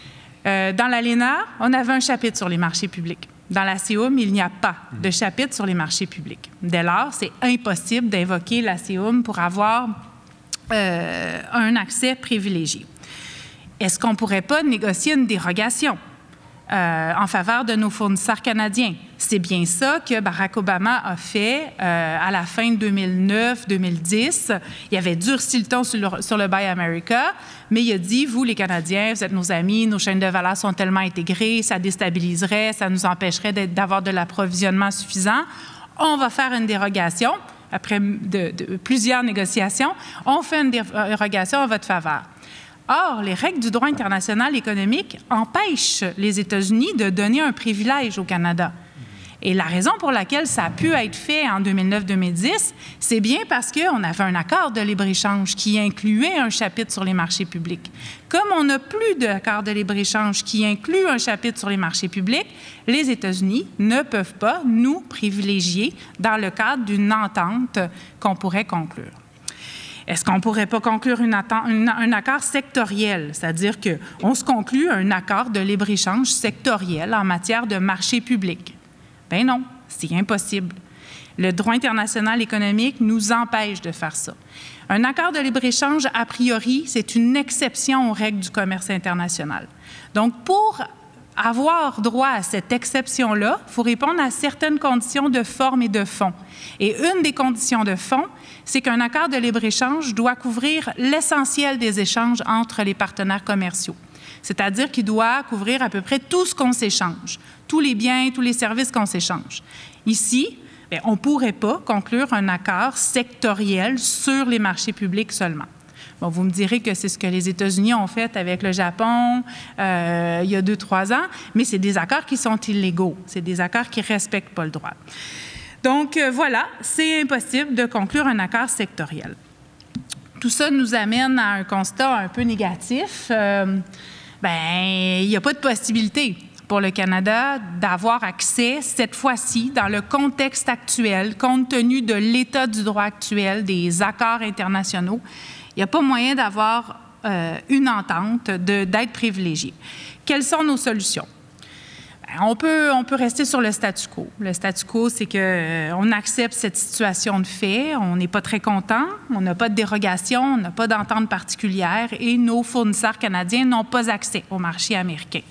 Euh, dans l'A L E N A, on avait un chapitre sur les marchés publics. Dans la C O M, il n'y a pas de chapitre sur les marchés publics. Dès lors, c'est impossible d'invoquer la C O M pour avoir euh, un accès privilégié. Est-ce qu'on ne pourrait pas négocier une dérogation euh, en faveur de nos fournisseurs canadiens? C'est bien ça que Barack Obama a fait euh, à la fin de deux mille neuf deux mille dix. Il avait durci le ton sur le, sur le Buy America, mais il a dit, vous, les Canadiens, vous êtes nos amis, nos chaînes de valeur sont tellement intégrées, ça déstabiliserait, ça nous empêcherait d'avoir de l'approvisionnement suffisant. On va faire une dérogation. Après de, de, plusieurs négociations, on fait une dérogation en votre faveur. Or, les règles du droit international économique empêchent les États-Unis de donner un privilège au Canada. Et la raison pour laquelle ça a pu être fait en deux mille neuf deux mille dix, c'est bien parce qu'on avait un accord de libre-échange qui incluait un chapitre sur les marchés publics. Comme on n'a plus d'accord de libre-échange qui inclut un chapitre sur les marchés publics, les États-Unis ne peuvent pas nous privilégier dans le cadre d'une entente qu'on pourrait conclure. Est-ce qu'on ne pourrait pas conclure une atten- une, un accord sectoriel, c'est-à-dire qu'on se conclut un accord de libre-échange sectoriel en matière de marché public? Bien non, c'est impossible. Le droit international économique nous empêche de faire ça. Un accord de libre-échange, a priori, c'est une exception aux règles du commerce international. Donc, pour avoir droit à cette exception-là, il faut répondre à certaines conditions de forme et de fond. Et une des conditions de fond, c'est qu'un accord de libre-échange doit couvrir l'essentiel des échanges entre les partenaires commerciaux. C'est-à-dire qu'il doit couvrir à peu près tout ce qu'on s'échange, tous les biens, tous les services qu'on s'échange. Ici, bien, on ne pourrait pas conclure un accord sectoriel sur les marchés publics seulement. Bon, vous me direz que c'est ce que les États-Unis ont fait avec le Japon euh, il y a deux, trois ans, mais c'est des accords qui sont illégaux. C'est des accords qui ne respectent pas le droit. Donc, euh, voilà, c'est impossible de conclure un accord sectoriel. Tout ça nous amène à un constat un peu négatif. Euh, bien, il n'y a pas de possibilité pour le Canada d'avoir accès, cette fois-ci, dans le contexte actuel, compte tenu de l'état du droit actuel, des accords internationaux, il n'y a pas moyen d'avoir euh, une entente, de, d'être privilégié. Quelles sont nos solutions? Bien, on peut, on peut rester sur le statu quo. Le statu quo, c'est qu'on euh, accepte cette situation de fait, on n'est pas très content, on n'a pas de dérogation, on n'a pas d'entente particulière et nos fournisseurs canadiens n'ont pas accès au marché américain.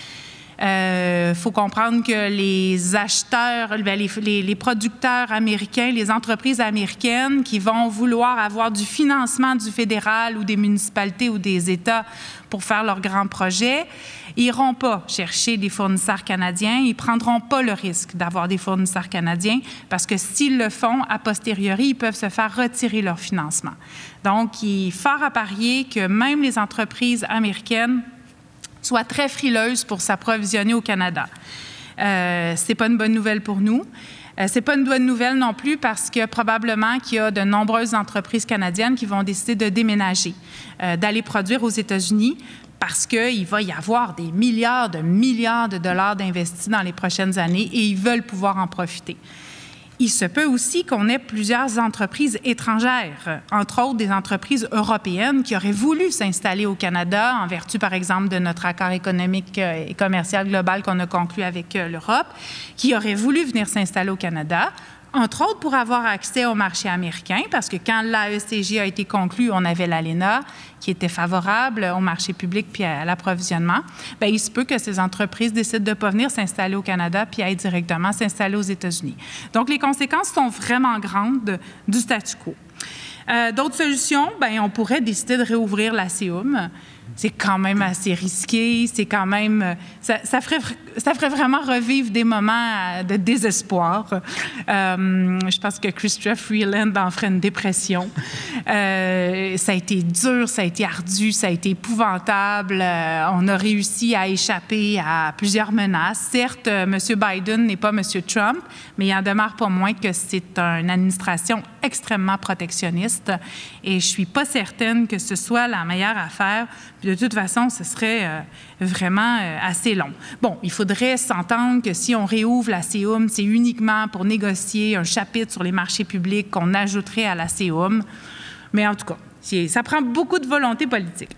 Il euh, faut comprendre que les acheteurs, bien, les, les, les producteurs américains, les entreprises américaines qui vont vouloir avoir du financement du fédéral ou des municipalités ou des États pour faire leurs grands projets, n'iront pas chercher des fournisseurs canadiens, ils ne prendront pas le risque d'avoir des fournisseurs canadiens parce que s'ils le font, a posteriori, ils peuvent se faire retirer leur financement. Donc, il est fort à parier que même les entreprises américaines soient très frileuses pour s'approvisionner au Canada. Euh, ce n'est pas une bonne nouvelle pour nous. Euh, ce n'est pas une bonne nouvelle non plus parce que probablement qu'il y a de nombreuses entreprises canadiennes qui vont décider de déménager, euh, d'aller produire aux États-Unis parce qu'il va y avoir des milliards de milliards de dollars d'investis dans les prochaines années et ils veulent pouvoir en profiter. Il se peut aussi qu'on ait plusieurs entreprises étrangères, entre autres des entreprises européennes qui auraient voulu s'installer au Canada en vertu, par exemple, de notre accord économique et commercial global qu'on a conclu avec l'Europe, qui auraient voulu venir s'installer au Canada, entre autres pour avoir accès au marché américain, parce que quand l'A E C G a été conclu, on avait l'ALENA qui était favorable au marché public puis à l'approvisionnement. Bien, il se peut que ces entreprises décident de ne pas venir s'installer au Canada puis aillent directement s'installer aux États-Unis. Donc, les conséquences sont vraiment grandes du statu quo. Euh, d'autres solutions, bien, on pourrait décider de réouvrir la C O M. C'est quand même assez risqué, c'est quand même... Ça, ça, ferait, ça ferait vraiment revivre des moments de désespoir. Euh, je pense que Chrystia Freeland en ferait une dépression. Euh, ça a été dur, ça a été ardu, ça a été épouvantable. Euh, on a réussi à échapper à plusieurs menaces. Certes, euh, M. Biden n'est pas M. Trump, mais il en demeure pas moins que c'est une administration extrêmement protectionniste et je suis pas certaine que ce soit la meilleure affaire. Puis de toute façon, ce serait euh, vraiment euh, assez long. Bon, il faudrait s'entendre que si on réouvre la C O M, c'est uniquement pour négocier un chapitre sur les marchés publics qu'on ajouterait à la C O M. Mais en tout cas, ça prend beaucoup de volonté politique.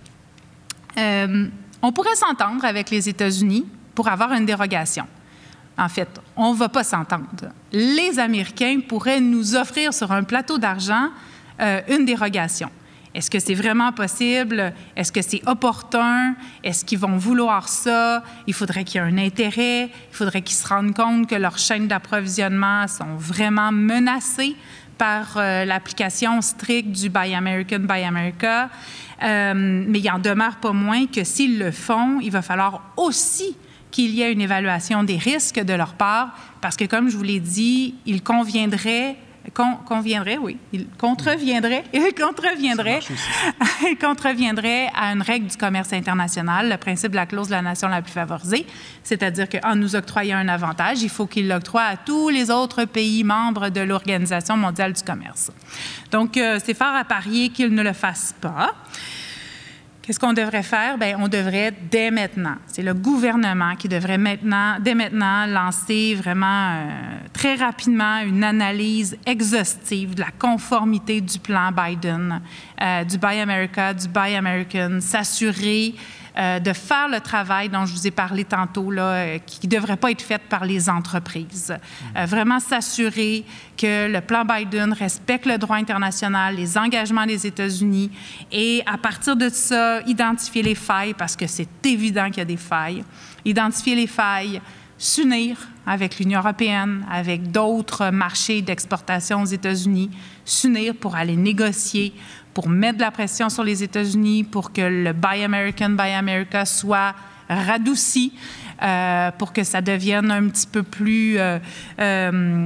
Euh, on pourrait s'entendre avec les États-Unis pour avoir une dérogation. En fait, on ne va pas s'entendre. Les Américains pourraient nous offrir sur un plateau d'argent euh, une dérogation. Est-ce que c'est vraiment possible? Est-ce que c'est opportun? Est-ce qu'ils vont vouloir ça? Il faudrait qu'il y ait un intérêt. Il faudrait qu'ils se rendent compte que leurs chaînes d'approvisionnement sont vraiment menacées par euh, l'application stricte du Buy American, Buy America. Euh, mais il en demeure pas moins que s'ils le font, il va falloir aussi qu'il y ait une évaluation des risques de leur part, parce que, comme je vous l'ai dit, il conviendrait con, conviendrait, oui, il contreviendrait, il contreviendrait, il contreviendrait à une règle du commerce international, le principe de la clause de la nation la plus favorisée, c'est-à-dire qu'en nous octroyant un avantage, il faut qu'il l'octroie à tous les autres pays membres de l'Organisation mondiale du commerce. Donc, euh, c'est fort à parier qu'il ne le fasse pas. Qu'est-ce qu'on devrait faire? Bien, on devrait, dès maintenant, c'est le gouvernement qui devrait maintenant, dès maintenant lancer vraiment euh, très rapidement une analyse exhaustive de la conformité du plan Biden, euh, du Buy America, du Buy American, s'assurer euh, de faire le travail dont je vous ai parlé tantôt, là, euh, qui ne devrait pas être fait par les entreprises. Euh, vraiment s'assurer que le plan Biden respecte le droit international, les engagements des États-Unis et à partir de ça, identifier les failles parce que c'est évident qu'il y a des failles. Identifier les failles, s'unir avec l'Union européenne, avec d'autres marchés d'exportation aux États-Unis, s'unir pour aller négocier, pour mettre de la pression sur les États-Unis, pour que le Buy American, Buy America soit radouci, euh, pour que ça devienne un petit peu plus euh, euh,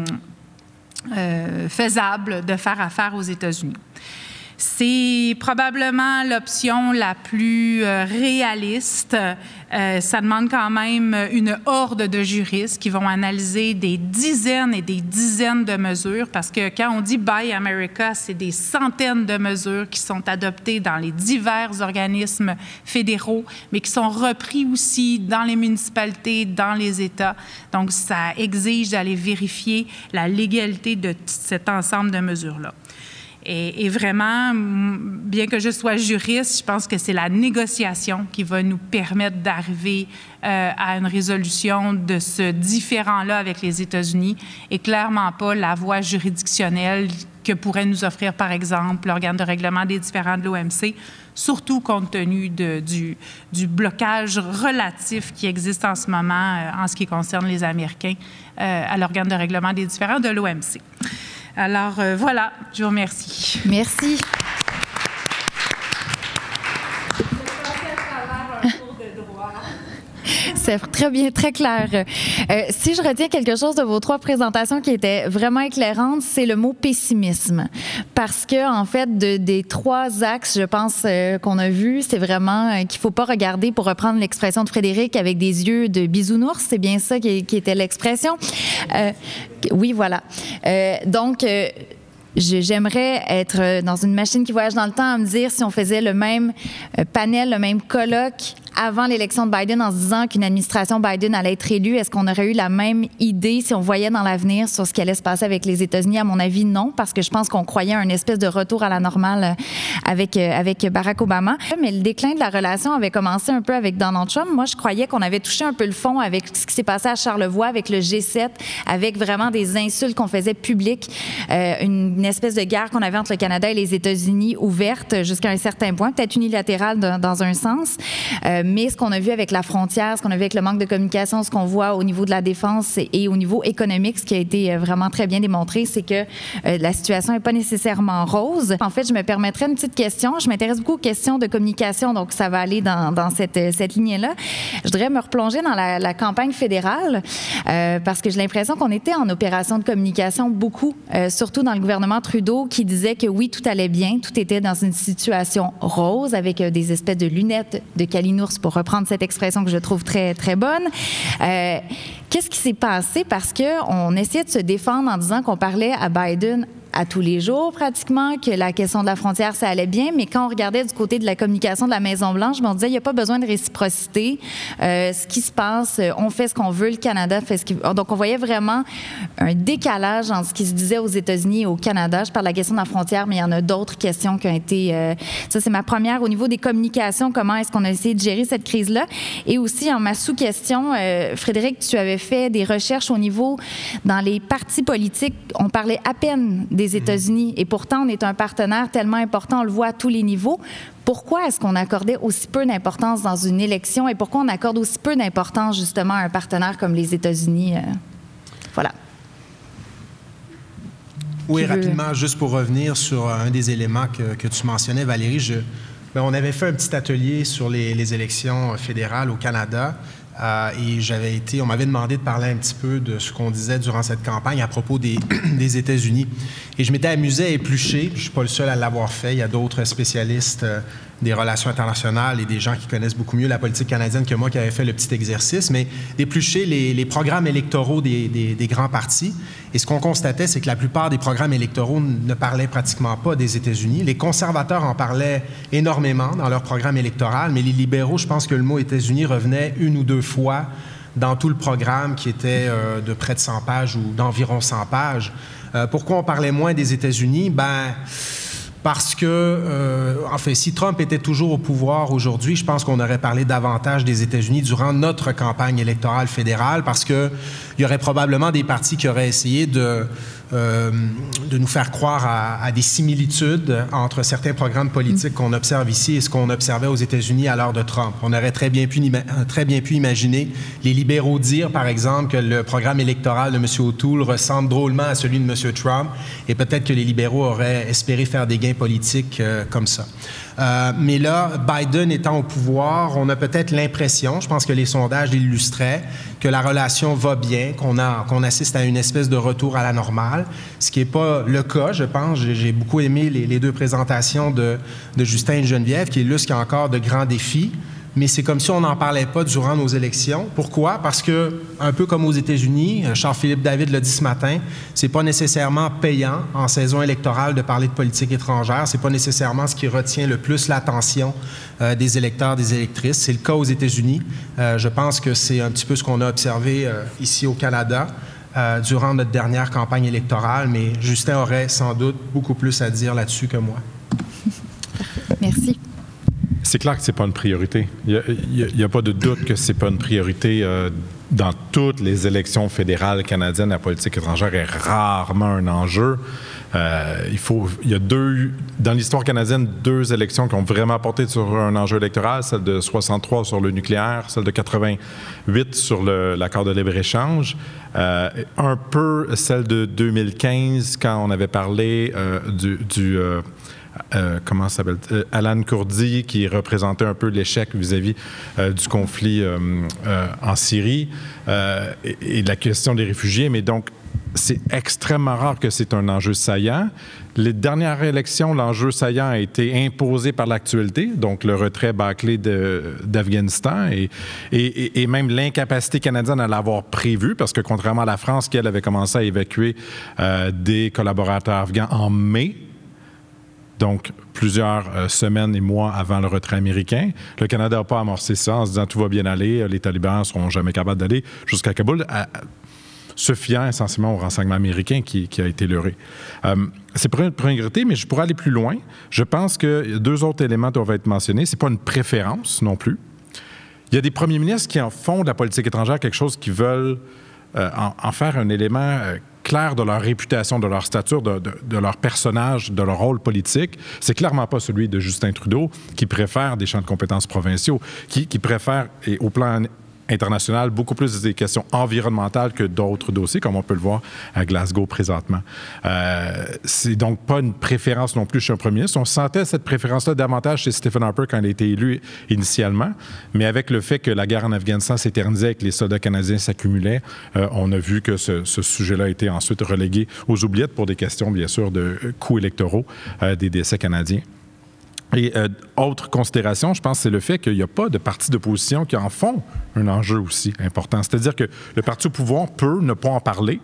euh, faisable de faire affaire aux États-Unis. C'est probablement l'option la plus euh, réaliste. Euh, ça demande quand même une horde de juristes qui vont analyser des dizaines et des dizaines de mesures parce que quand on dit Buy America, c'est des centaines de mesures qui sont adoptées dans les divers organismes fédéraux, mais qui sont repris aussi dans les municipalités, dans les États. Donc, ça exige d'aller vérifier la légalité de cet ensemble de mesures-là. Et, et vraiment, bien que je sois juriste, je pense que c'est la négociation qui va nous permettre d'arriver euh, à une résolution de ce différend-là avec les États-Unis et clairement pas la voie juridictionnelle que pourrait nous offrir, par exemple, l'organe de règlement des différends de l'O M C, surtout compte tenu de, du, du blocage relatif qui existe en ce moment euh, en ce qui concerne les Américains euh, à l'organe de règlement des différends de l'O M C. Alors, euh, voilà, je vous remercie. Merci. C'est très bien, très clair. Euh, si je retiens quelque chose de vos trois présentations qui étaient vraiment éclairantes, c'est le mot pessimisme. Parce que, en fait, de, des trois axes, je pense, euh, qu'on a vus, c'est vraiment euh, qu'il ne faut pas regarder, pour reprendre l'expression de Frédéric, avec des yeux de bisounours. C'est bien ça qui, qui était l'expression. Euh, oui, voilà. Euh, donc, euh, j'aimerais être dans une machine qui voyage dans le temps à me dire si on faisait le même panel, le même colloque avant l'élection de Biden en se disant qu'une administration Biden allait être élue, est-ce qu'on aurait eu la même idée si on voyait dans l'avenir sur ce qui allait se passer avec les États-Unis? À mon avis, non, parce que je pense qu'on croyait à une espèce de retour à la normale avec, avec Barack Obama. Mais le déclin de la relation avait commencé un peu avec Donald Trump. Moi, je croyais qu'on avait touché un peu le fond avec ce qui s'est passé à Charlevoix, avec le G sept, avec vraiment des insultes qu'on faisait publiques, euh, une, une espèce de guerre qu'on avait entre le Canada et les États-Unis ouverte jusqu'à un certain point, peut-être unilatérale dans, dans un sens. Euh, mais ce qu'on a vu avec la frontière, ce qu'on a vu avec le manque de communication, ce qu'on voit au niveau de la défense et, et au niveau économique, ce qui a été vraiment très bien démontré, c'est que euh, la situation n'est pas nécessairement rose. En fait, je me permettrais une petite question. Je m'intéresse beaucoup aux questions de communication, donc ça va aller dans, dans cette, cette lignée-là. Je voudrais me replonger dans la, la campagne fédérale euh, parce que j'ai l'impression qu'on était en opération de communication beaucoup, euh, surtout dans le gouvernement Trudeau, qui disait que oui, tout allait bien, tout était dans une situation rose avec euh, des espèces de lunettes de calinours, pour reprendre cette expression que je trouve très, très bonne. Euh, qu'est-ce qui s'est passé? Parce qu'on essayait de se défendre en disant qu'on parlait à Biden à tous les jours, pratiquement, que la question de la frontière, ça allait bien, mais quand on regardait du côté de la communication de la Maison-Blanche, on disait, il n'y a pas besoin de réciprocité. Euh, ce qui se passe, on fait ce qu'on veut, le Canada fait ce qu'il veut. Donc, on voyait vraiment un décalage entre ce qui se disait aux États-Unis et au Canada. Je parle de la question de la frontière, mais il y en a d'autres questions qui ont été... Euh, ça, c'est ma première. Au niveau des communications, comment est-ce qu'on a essayé de gérer cette crise-là? Et aussi, en ma sous-question, euh, Frédéric, tu avais fait des recherches au niveau... Dans les partis politiques, on parlait à peine des États-Unis. Et pourtant, on est un partenaire tellement important, on le voit à tous les niveaux. Pourquoi est-ce qu'on accordait aussi peu d'importance dans une élection et pourquoi on accorde aussi peu d'importance, justement, à un partenaire comme les États-Unis? Euh, voilà. Oui, Qui rapidement, veut... juste pour revenir sur un des éléments que, que tu mentionnais, Valérie, je, bien, on avait fait un petit atelier sur les, les élections fédérales au Canada. Euh, et j'avais été, on m'avait demandé de parler un petit peu de ce qu'on disait durant cette campagne à propos des, des États-Unis. Et je m'étais amusé à éplucher, je ne suis pas le seul à l'avoir fait, il y a d'autres spécialistes euh, des relations internationales et des gens qui connaissent beaucoup mieux la politique canadienne que moi qui avaient fait le petit exercice, mais d'éplucher les, les programmes électoraux des, des, des grands partis. Et ce qu'on constatait, c'est que la plupart des programmes électoraux ne parlaient pratiquement pas des États-Unis. Les conservateurs en parlaient énormément dans leur programme électoral, mais les libéraux, je pense que le mot États-Unis revenait une ou deux fois dans tout le programme qui était euh, de près de cent pages ou d'environ cent pages. Euh, pourquoi on parlait moins des États-Unis? Ben, parce que, euh, enfin, si Trump était toujours au pouvoir aujourd'hui, je pense qu'on aurait parlé davantage des États-Unis durant notre campagne électorale fédérale, parce qu'il y aurait probablement des partis qui auraient essayé de, euh, de nous faire croire à, à des similitudes entre certains programmes politiques qu'on observe ici et ce qu'on observait aux États-Unis à l'heure de Trump. On aurait très bien pu, très bien pu imaginer les libéraux dire, par exemple, que le programme électoral de M. O'Toole ressemble drôlement à celui de M. Trump, et peut-être que les libéraux auraient espéré faire des gains politiques euh, comme ça. Euh, mais là, Biden étant au pouvoir, on a peut-être l'impression, je pense que les sondages l'illustraient, que la relation va bien, qu'on, a, qu'on assiste à une espèce de retour à la normale, ce qui n'est pas le cas, je pense. J'ai, j'ai beaucoup aimé les, les deux présentations de, de Justin et de Geneviève, qui illustrent qu'il y a encore de grands défis. Mais c'est comme si on n'en parlait pas durant nos élections. Pourquoi? Parce que, un peu comme aux États-Unis, Charles-Philippe David l'a dit ce matin, c'est pas nécessairement payant en saison électorale de parler de politique étrangère. C'est pas nécessairement ce qui retient le plus l'attention euh, des électeurs, des électrices. C'est le cas aux États-Unis. Euh, je pense que c'est un petit peu ce qu'on a observé euh, ici au Canada euh, durant notre dernière campagne électorale, mais Justin aurait sans doute beaucoup plus à dire là-dessus que moi. Merci. C'est clair que ce n'est pas une priorité. Il n'y a, a, a pas de doute que ce n'est pas une priorité. Euh, dans toutes les élections fédérales canadiennes, la politique étrangère est rarement un enjeu. Euh, il, faut, il y a deux, dans l'histoire canadienne, deux élections qui ont vraiment porté sur un enjeu électoral, celle de soixante-trois sur le nucléaire, celle de quatre-vingt-huit sur le, l'accord de libre-échange, euh, un peu celle de deux mille quinze quand on avait parlé euh, du... du euh, Euh, comment ça s'appelle? Euh, Alan Kurdi, qui représentait un peu l'échec vis-à-vis euh, du conflit euh, euh, en Syrie euh, et, et de la question des réfugiés. Mais donc, c'est extrêmement rare que c'est un enjeu saillant. Les dernières élections, l'enjeu saillant a été imposé par l'actualité, donc le retrait bâclé de, d'Afghanistan et, et, et même l'incapacité canadienne à l'avoir prévu, parce que contrairement à la France, qui elle avait commencé à évacuer euh, des collaborateurs afghans en mai, donc plusieurs euh, semaines et mois avant le retrait américain. Le Canada n'a pas amorcé ça en se disant tout va bien aller, les talibans ne seront jamais capables d'aller jusqu'à Kaboul, à, se fiant essentiellement au renseignement américain qui, qui a été leurré. Euh, c'est pour une priorité, mais je pourrais aller plus loin. Je pense que deux autres éléments doivent être mentionnés. Ce n'est pas une préférence non plus. Il y a des premiers ministres qui en font de la politique étrangère quelque chose qu'ils veulent euh, en, en faire un élément euh, clair de leur réputation, de leur stature, de, de, de leur personnage, de leur rôle politique. C'est clairement pas celui de Justin Trudeau, qui préfère des champs de compétences provinciaux, qui, qui préfère, et au plan international, beaucoup plus des questions environnementales que d'autres dossiers, comme on peut le voir à Glasgow présentement. Euh, c'est donc pas une préférence non plus chez un premier ministre. On sentait cette préférence-là davantage chez Stephen Harper quand il a été élu initialement, mais avec le fait que la guerre en Afghanistan s'éternisait et que les soldats canadiens s'accumulaient, euh, on a vu que ce, ce sujet-là a été ensuite relégué aux oubliettes pour des questions, bien sûr, de coûts électoraux euh, des décès canadiens. Et euh, autre considération, je pense, c'est le fait qu'il n'y a pas de partis d'opposition qui en font un enjeu aussi important. C'est-à-dire que le parti au pouvoir peut ne pas en parler,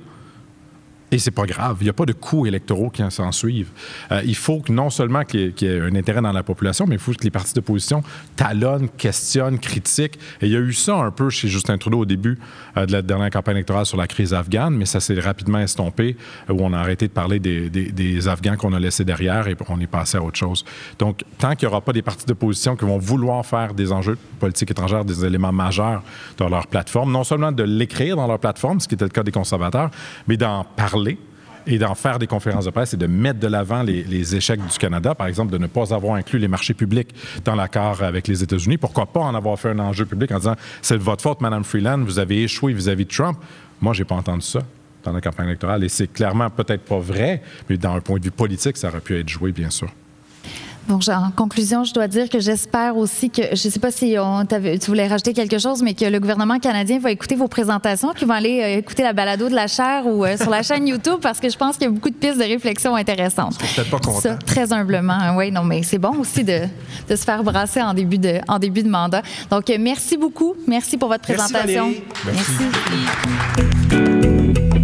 et c'est pas grave. Il n'y a pas de coûts électoraux qui s'en suivent. Euh, il faut que non seulement qu'il y, ait, qu'il y ait un intérêt dans la population, mais il faut que les partis d'opposition talonnent, questionnent, critiquent. Et il y a eu ça un peu chez Justin Trudeau au début euh, de la dernière campagne électorale sur la crise afghane, mais ça s'est rapidement estompé, euh, où on a arrêté de parler des, des, des Afghans qu'on a laissés derrière et on est passé à autre chose. Donc, tant qu'il n'y aura pas des partis d'opposition qui vont vouloir faire des enjeux de politique étrangère des éléments majeurs dans leur plateforme, non seulement de l'écrire dans leur plateforme, ce qui était le cas des conservateurs, mais d'en parler et d'en faire des conférences de presse et de mettre de l'avant les, les échecs du Canada, par exemple, de ne pas avoir inclus les marchés publics dans l'accord avec les États-Unis. Pourquoi pas en avoir fait un enjeu public en disant « c'est de votre faute, Mme Freeland, vous avez échoué vis-à-vis de Trump ». Moi, j'ai pas entendu ça dans la campagne électorale et c'est clairement peut-être pas vrai, mais d'un point de vue politique, ça aurait pu être joué, bien sûr. Bon, en conclusion, je dois dire que j'espère aussi que, je ne sais pas si on tu voulais rajouter quelque chose, mais que le gouvernement canadien va écouter vos présentations, qu'ils vont aller euh, écouter la balado de la chaire ou euh, sur la chaîne YouTube, parce que je pense qu'il y a beaucoup de pistes de réflexion intéressantes. Je suis peut-être pas content. Ça, très humblement. Hein, oui, non, mais c'est bon aussi de, de se faire brasser en début de, en début de mandat. Donc, euh, merci beaucoup. Merci pour votre Merci, présentation. Valérie. Merci. merci.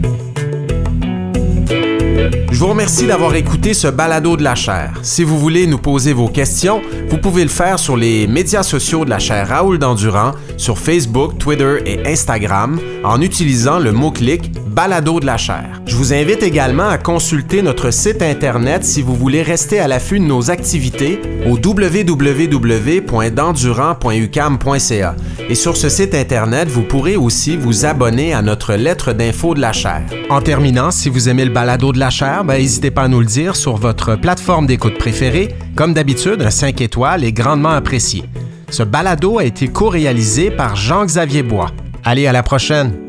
Je vous remercie d'avoir écouté ce balado de la chaire. Si vous voulez nous poser vos questions, vous pouvez le faire sur les médias sociaux de la chaire Raoul Dandurand, sur Facebook, Twitter et Instagram, en utilisant le mot-clic « balado de la chaire ». Je vous invite également à consulter notre site Internet si vous voulez rester à l'affût de nos activités au w w w point dandurand point u q a m point c a. Et sur ce site Internet, vous pourrez aussi vous abonner à notre lettre d'info de la chaire. En terminant, si vous aimez le balado de la chaire, ben, n'hésitez pas à nous le dire sur votre plateforme d'écoute préférée. Comme d'habitude, un cinq étoiles est grandement apprécié. Ce balado a été co-réalisé par Jean-Xavier Bois. Allez, à la prochaine!